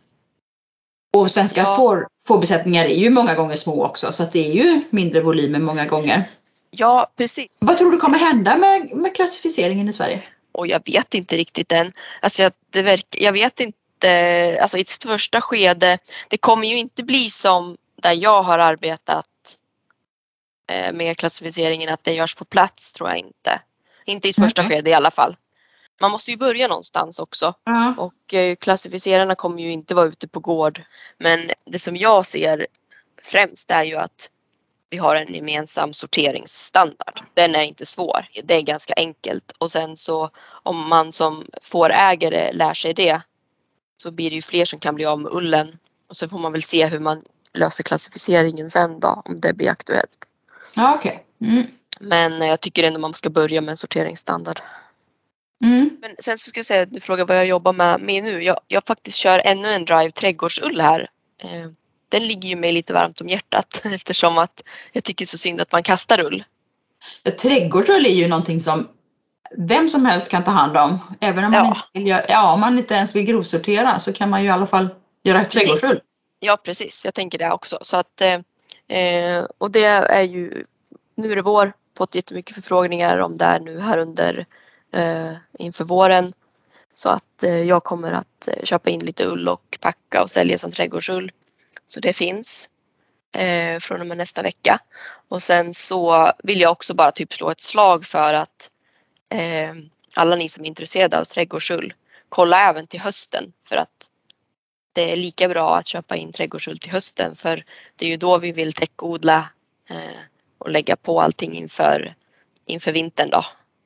Och svenska fårbesättningar är ju många gånger små också. Så att det är ju mindre volymer många gånger. Ja, precis. Vad tror du kommer hända med klassificeringen i Sverige? Och jag vet inte riktigt än. Alltså jag vet inte. Alltså i ett första skede. Det kommer ju inte bli som där jag har arbetat med klassificeringen, att det görs på plats, tror jag inte. Inte i ett första skede i alla fall. Man måste ju börja någonstans också. Och klassificerarna kommer ju inte vara ute på gård. Men det som jag ser främst är ju att vi har en gemensam sorteringsstandard. Den är inte svår. Det är ganska enkelt. Och sen så om man som fårägare lär sig det, så blir det ju fler som kan bli av med ullen. Och så får man väl se hur man löser klassificeringen sen då, om det blir aktuellt. Ja, okej. Men jag tycker ändå man ska börja med en sorteringsstandard. Men sen så ska jag säga, du frågar vad jag jobbar med nu. Jag faktiskt kör ännu en drive trädgårdsull här. Den ligger ju mig lite varmt om hjärtat eftersom att jag tycker så synd att man kastar ull. Ja, trädgårdsull är ju någonting som vem som helst kan ta hand om. Även om om man inte ens vill grovsortera, så kan man ju i alla fall göra trädgårdsull. Ja, precis. Jag tänker det också. Så att, och det är ju, nu är det vår, fått jättemycket förfrågningar om det här nu här under inför våren. Så att jag kommer att köpa in lite ull och packa och sälja som trädgårdsull. Så det finns från och med nästa vecka. Och sen så vill jag också bara typ slå ett slag för att alla ni som är intresserade av trädgårdsull, kolla även till hösten, för att det är lika bra att köpa in trädgårdsull till hösten, för det är ju då vi vill täckodla och lägga på allting inför vintern då.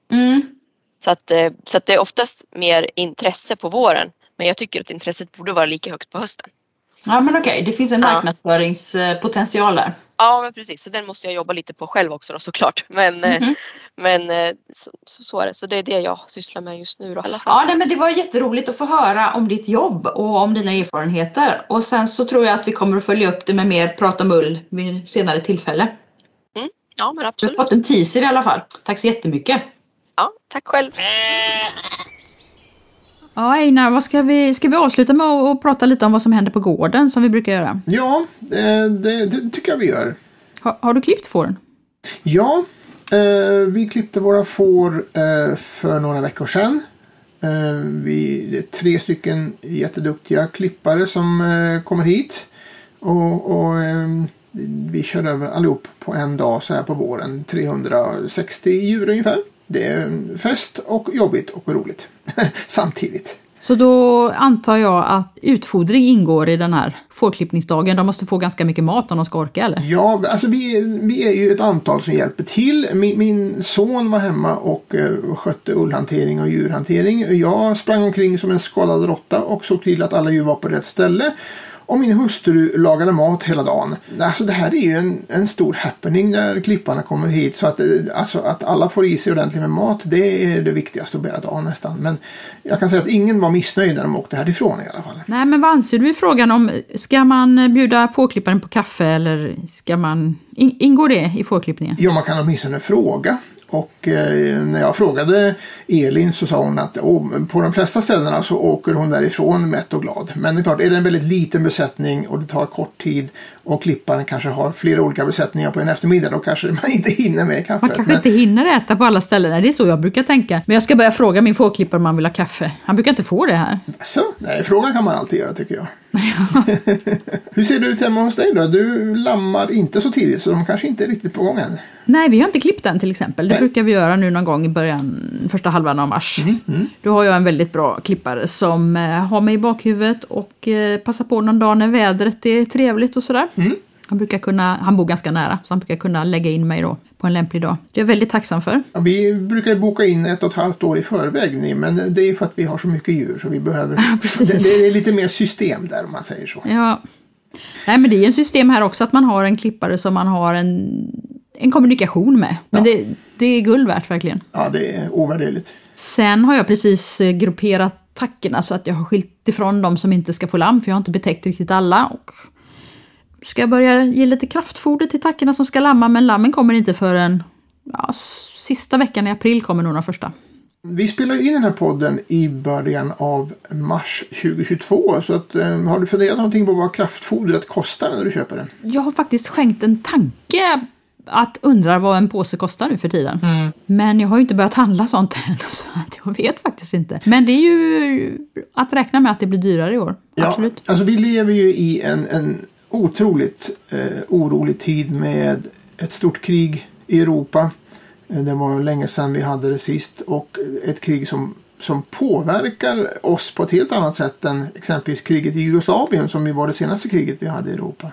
Så att det är oftast mer intresse på våren, men jag tycker att intresset borde vara lika högt på hösten. Ja, men okej, det finns en marknadsföringspotential där. Ja, men precis. Så den måste jag jobba lite på själv också då, såklart. Men så är det. Så det är det jag sysslar med just nu då. Ja, nej, men det var jätteroligt att få höra om ditt jobb och om dina erfarenheter. Och sen så tror jag att vi kommer att följa upp det med mer prat om ull vid senare tillfälle. Ja, men absolut. Du har fått en teaser i alla fall. Tack så jättemycket. Ja, tack själv. Ja, Einar, ska vi avsluta med att prata lite om vad som händer på gården som vi brukar göra? Ja, det tycker jag vi gör. Har du klippt fåren? Ja, vi klippte våra får för några veckor sedan. Det är 3 stycken jätteduktiga klippare som kommer hit. Och vi kör över allihop på en dag så här på våren. 360 djur ungefär. Det är fest och jobbigt och roligt samtidigt. Så då antar jag att utfodring ingår i den här fårklippningsdagen. De måste få ganska mycket mat om de ska orka, eller? Ja, alltså vi är ju ett antal som hjälper till. Min son var hemma och skötte ullhantering och djurhantering. Jag sprang omkring som en skadad råtta och såg till att alla djur var på rätt ställe. Och min hustru lagade mat hela dagen. Alltså det här är ju en stor happening när klipparna kommer hit. Så att alla får i sig ordentligt med mat, det är det viktigaste att bära dagen nästan. Men jag kan säga att ingen var missnöjd när de åkte härifrån i alla fall. Nej, men vad anser du i frågan om, ska man bjuda fårklipparen på kaffe eller ska man, ingår det i fårklippningen? Ja, man kan åtminstone fråga. Och när jag frågade Elin så sa hon att på de flesta ställena så åker hon därifrån mätt och glad. Men det är klart, är det en väldigt liten besättning och det tar kort tid och klipparen kanske har flera olika besättningar på en eftermiddag, då kanske man inte hinner med kaffet. Man kanske inte hinner äta på alla ställen, det är så jag brukar tänka. Men jag ska börja fråga min fårklippare om han vill ha kaffe. Han brukar inte få det här. Så, nej, frågan kan man alltid göra tycker jag. Hur ser det ut hemma hos dig då? Du lammar inte så tidigt så de kanske inte är riktigt på gång än. Nej, vi har inte klippt den till exempel. Det brukar vi göra nu någon gång i första halvan av mars. Då har jag en väldigt bra klippare som har mig i bakhuvudet och passar på någon dag när vädret är trevligt och sådär. Han bor ganska nära så han brukar kunna lägga in mig då på en lämplig dag. Det är jag väldigt tacksam för. Ja, vi brukar boka in 1,5 år i förväg men det är för att vi har så mycket djur så vi behöver... det är lite mer system där om man säger så. Ja. Nej, men det är en system här också att man har en klippare som man har en kommunikation med. Men det är guld värt verkligen. Ja, det är ovärderligt. Sen har jag precis grupperat tackorna så att jag har skilt ifrån dem som inte ska få lamm. För jag har inte betäckt riktigt alla. Och ska jag börja ge lite kraftfoder till tackorna som ska lamma. Men lammen kommer inte förrän sista veckan i april kommer nog den första. Vi spelar in den här podden i början av mars 2022. Så att, har du funderat någonting på vad kraftfodret kostar när du köper den? Jag har faktiskt skänkt en tanke att undra vad en påse kostar nu för tiden. Men jag har ju inte börjat handla sånt än så att jag vet faktiskt inte. Men det är ju att räkna med att det blir dyrare i år. Ja, absolut. Alltså vi lever ju i en otroligt orolig tid med ett stort krig i Europa. Det var länge sedan vi hade det sist och ett krig som påverkar oss på ett helt annat sätt än exempelvis kriget i Jugoslavien som ju var det senaste kriget vi hade i Europa.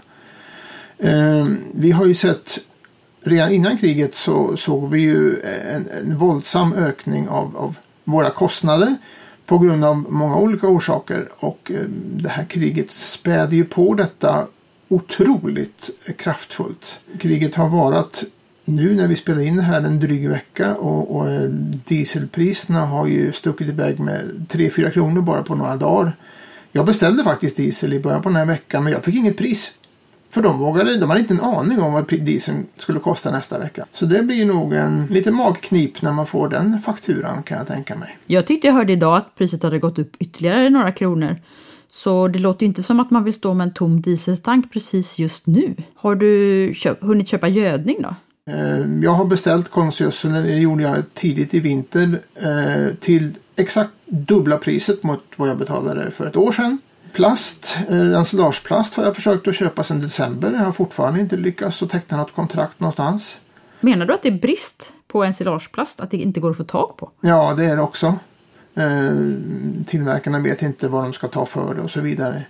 Vi har ju sett redan innan kriget så såg vi ju en våldsam ökning av våra kostnader på grund av många olika orsaker och det här kriget spädde ju på detta otroligt kraftfullt. Kriget har varit nu när vi spelar in här en dryg vecka och dieselpriserna har ju stuckit iväg med 3-4 kronor bara på några dagar. Jag beställde faktiskt diesel i början på den här veckan men jag fick inget pris. För de hade inte en aning om vad dieseln skulle kosta nästa vecka. Så det blir nog en lite magknip när man får den fakturan kan jag tänka mig. Jag tyckte jag hörde idag att priset hade gått upp ytterligare några kronor. Så det låter inte som att man vill stå med en tom dieseltank precis just nu. Har du hunnit köpa gödning då? Jag har beställt konstgödsel, det gjorde jag tidigt i vinter till exakt dubbla priset mot vad jag betalade för ett år sedan. Plast, ensilageplast har jag försökt att köpa sedan december. Jag har fortfarande inte lyckats att teckna något kontrakt någonstans. Menar du att det är brist på ensilageplast? Att det inte går att få tag på? Ja, det är det också. Tillverkarna vet inte vad de ska ta för det och så vidare.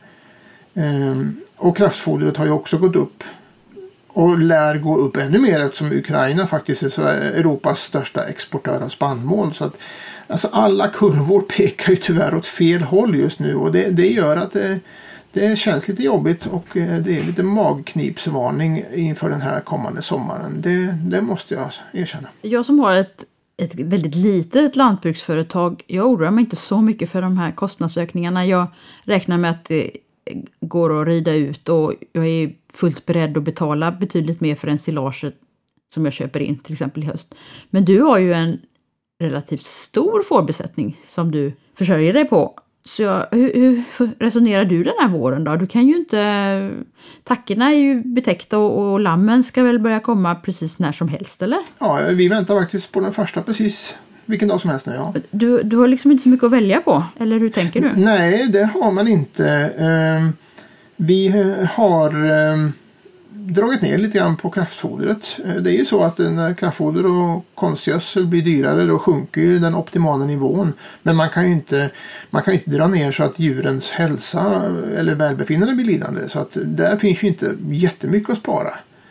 Och kraftfodret har ju också gått upp. Och lär gå upp ännu mer eftersom Ukraina faktiskt är så Europas största exportör av spannmål. Så att alltså alla kurvor pekar ju tyvärr åt fel håll just nu och det gör att det känns lite jobbigt och det är lite magknipsvarning inför den här kommande sommaren. Det måste jag erkänna. Jag som har ett väldigt litet lantbruksföretag, jag oroar mig inte så mycket för de här kostnadsökningarna. Jag räknar med att det går att rida ut och jag är fullt beredd att betala betydligt mer för ensilaget som jag köper in till exempel i höst. Men du har ju en relativt stor fårbesättning som du försörjer dig på. Så hur resonerar du den här våren då? Du kan ju inte... Tackorna är ju betäckta och lammen ska väl börja komma precis när som helst, eller? Ja, vi väntar faktiskt på den första precis vilken dag som helst nu, ja. Du har liksom inte så mycket att välja på, eller hur tänker du? Nej, det har man inte. Vi har dragit ner lite grann på kraftfodret. Det är ju så att när kraftfoder och konstgödsel blir dyrare då sjunker ju den optimala nivån. Men man kan ju inte dra ner så att djurens hälsa eller välbefinnande blir lidande. Så att där finns ju inte jättemycket att spara.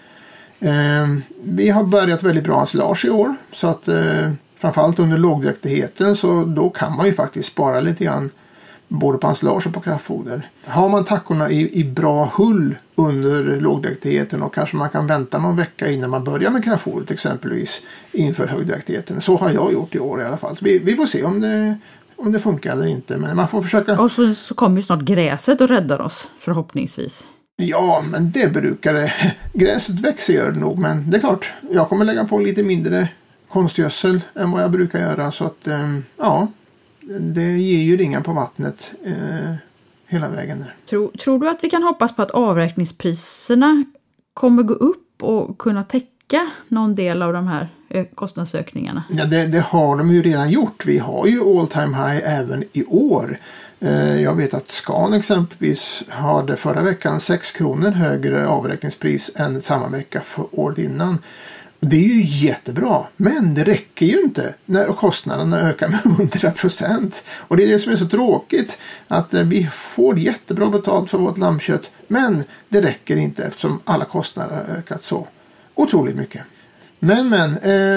Vi har börjat väldigt bra ensilage i år. Så att framförallt under lågdräktigheten så då kan man ju faktiskt spara lite grann både på ensilage och på kraftfoder. Har man tackorna i bra hull under lågdräktigheten och kanske man kan vänta någon vecka innan man börjar med kraftfodret exempelvis inför högdräktigheten. Så har jag gjort i år i alla fall. Så vi får se om det funkar eller inte. Men man får försöka. Och så kommer ju snart gräset och räddar oss förhoppningsvis. Ja, men det brukar det. Gräset växer gör det nog. Men det är klart, jag kommer lägga på lite mindre konstgödsel än vad jag brukar göra. Så att ja, det ger ju ringar på vattnet hela vägen där. Tror du att vi kan hoppas på att avräkningspriserna kommer gå upp och kunna täcka någon del av de här kostnadsökningarna? Ja, det har de ju redan gjort. Vi har ju all time high även i år. Jag vet att Scan exempelvis hade förra veckan 6 kronor högre avräkningspris än samma vecka för året innan. Det är ju jättebra, men det räcker ju inte när kostnaderna ökar med 100%. Och det är det som är så tråkigt, att vi får jättebra betalt för vårt lammkött, men det räcker inte eftersom alla kostnader har ökat så otroligt mycket. Men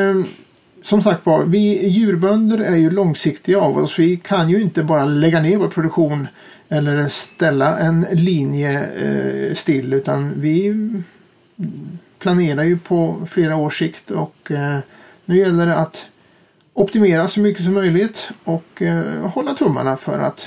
som sagt var, vi djurbönder är ju långsiktiga av oss. Vi kan ju inte bara lägga ner vår produktion eller ställa en linje still, utan vi planerar ju på flera års sikt och nu gäller det att optimera så mycket som möjligt och hålla tummarna för att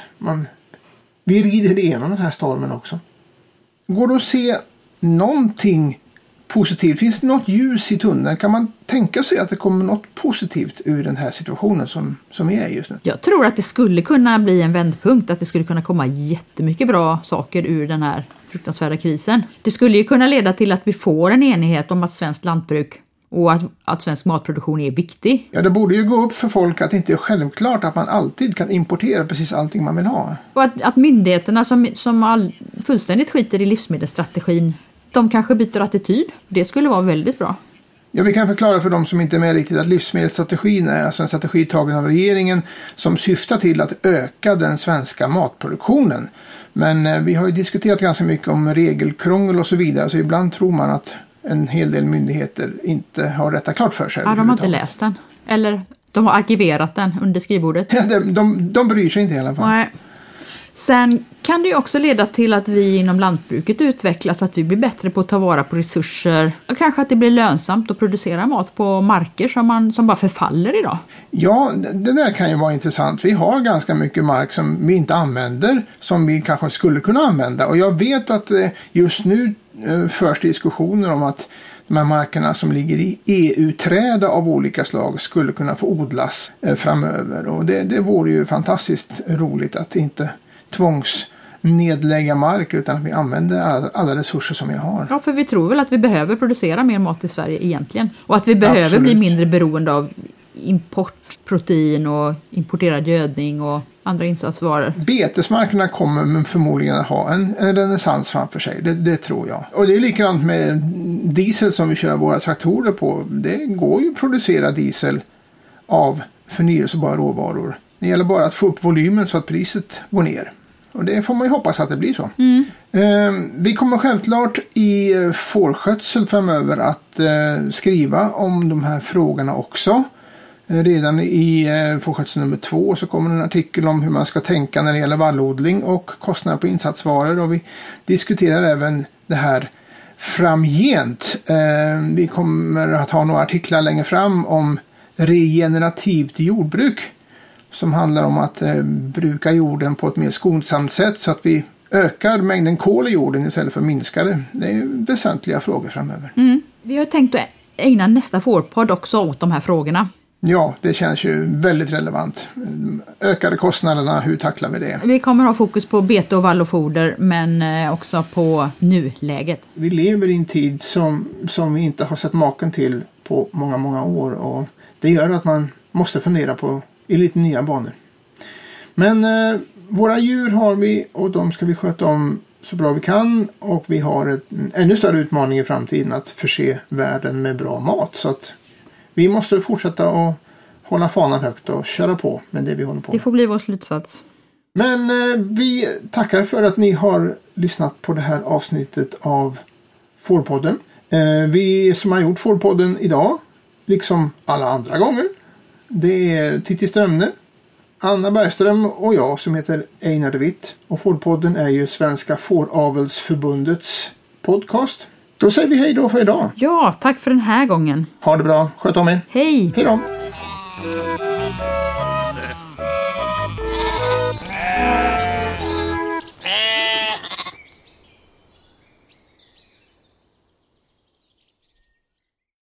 vi rider igenom den här stormen också. Går det att se någonting positivt? Finns det något ljus i tunneln? Kan man tänka sig att det kommer något positivt ur den här situationen som är just nu? Jag tror att det skulle kunna bli en vändpunkt, att det skulle kunna komma jättemycket bra saker ur den här fruktansvärda krisen. Det skulle ju kunna leda till att vi får en enighet om att svenskt lantbruk och att svensk matproduktion är viktig. Ja, det borde ju gå upp för folk att det inte är självklart att man alltid kan importera precis allting man vill ha. Och att myndigheterna som fullständigt skiter i livsmedelsstrategin, de kanske byter attityd. Det skulle vara väldigt bra. Ja, vi kan förklara för de som inte är med riktigt att livsmedelsstrategin är alltså en strategi tagen av regeringen som syftar till att öka den svenska matproduktionen. Men vi har ju diskuterat ganska mycket om regelkrångel och så vidare, så ibland tror man att en hel del myndigheter inte har detta klart för sig. Ja, de har inte läst den. Eller de har arkiverat den under skrivbordet. Ja, de bryr sig inte i alla fall. Nej. Sen kan det ju också leda till att vi inom lantbruket utvecklas, att vi blir bättre på att ta vara på resurser. Och kanske att det blir lönsamt att producera mat på marker som bara förfaller idag. Ja, det där kan ju vara intressant. Vi har ganska mycket mark som vi inte använder, som vi kanske skulle kunna använda. Och jag vet att just nu förs diskussioner om att de här markerna som ligger i EU-träda av olika slag skulle kunna få odlas framöver. Och det vore ju fantastiskt roligt att inte tvångsnedlägga mark utan att vi använder alla resurser som vi har. Ja, för vi tror väl att vi behöver producera mer mat i Sverige egentligen. Och att vi behöver bli mindre beroende av importprotein och importerad gödning och andra insatsvaror. Betesmarkerna kommer förmodligen att ha en renässans framför sig. Det tror jag. Och det är likadant med diesel som vi kör våra traktorer på. Det går ju att producera diesel av förnyelsebara råvaror. Det gäller bara att få upp volymen så att priset går ner. Och det får man ju hoppas att det blir så. Vi kommer självklart i fårskötsel framöver att skriva om de här frågorna också. Redan i fårskötsel nummer 2 så kommer en artikel om hur man ska tänka när det gäller vallodling och kostnader på insatsvaror. Och vi diskuterar även det här framgent. Vi kommer att ha några artiklar längre fram om regenerativt jordbruk. Som handlar om att bruka jorden på ett mer skonsamt sätt så att vi ökar mängden kol i jorden istället för att minska det. Det är väsentliga frågor framöver. Vi har tänkt att ägna nästa fårpodd också åt de här frågorna. Ja, det känns ju väldigt relevant. Ökade kostnaderna, hur tacklar vi det? Vi kommer ha fokus på bete och vall och foder, men också på nuläget. Vi lever i en tid som vi inte har sett maken till på många, många år. Och det gör att man måste fundera på i lite nya banor. Men våra djur har vi och de ska vi sköta om så bra vi kan och vi har en ännu större utmaning i framtiden att förse världen med bra mat. Så att vi måste fortsätta att hålla fanan högt och köra på med det vi håller på med. Det får bli vår slutsats. Men vi tackar för att ni har lyssnat på det här avsnittet av Fårpodden. Vi som har gjort Fårpodden idag, liksom alla andra gånger, det är Titti Strömne, Anna Bergström och jag som heter Einar de Witt. Och Fårpodden är ju Svenska Fåravelsförbundets podcast. Då säger vi hej då för idag. Ja, tack för den här gången. Ha det bra. Sköt om er. Hej. Hej då.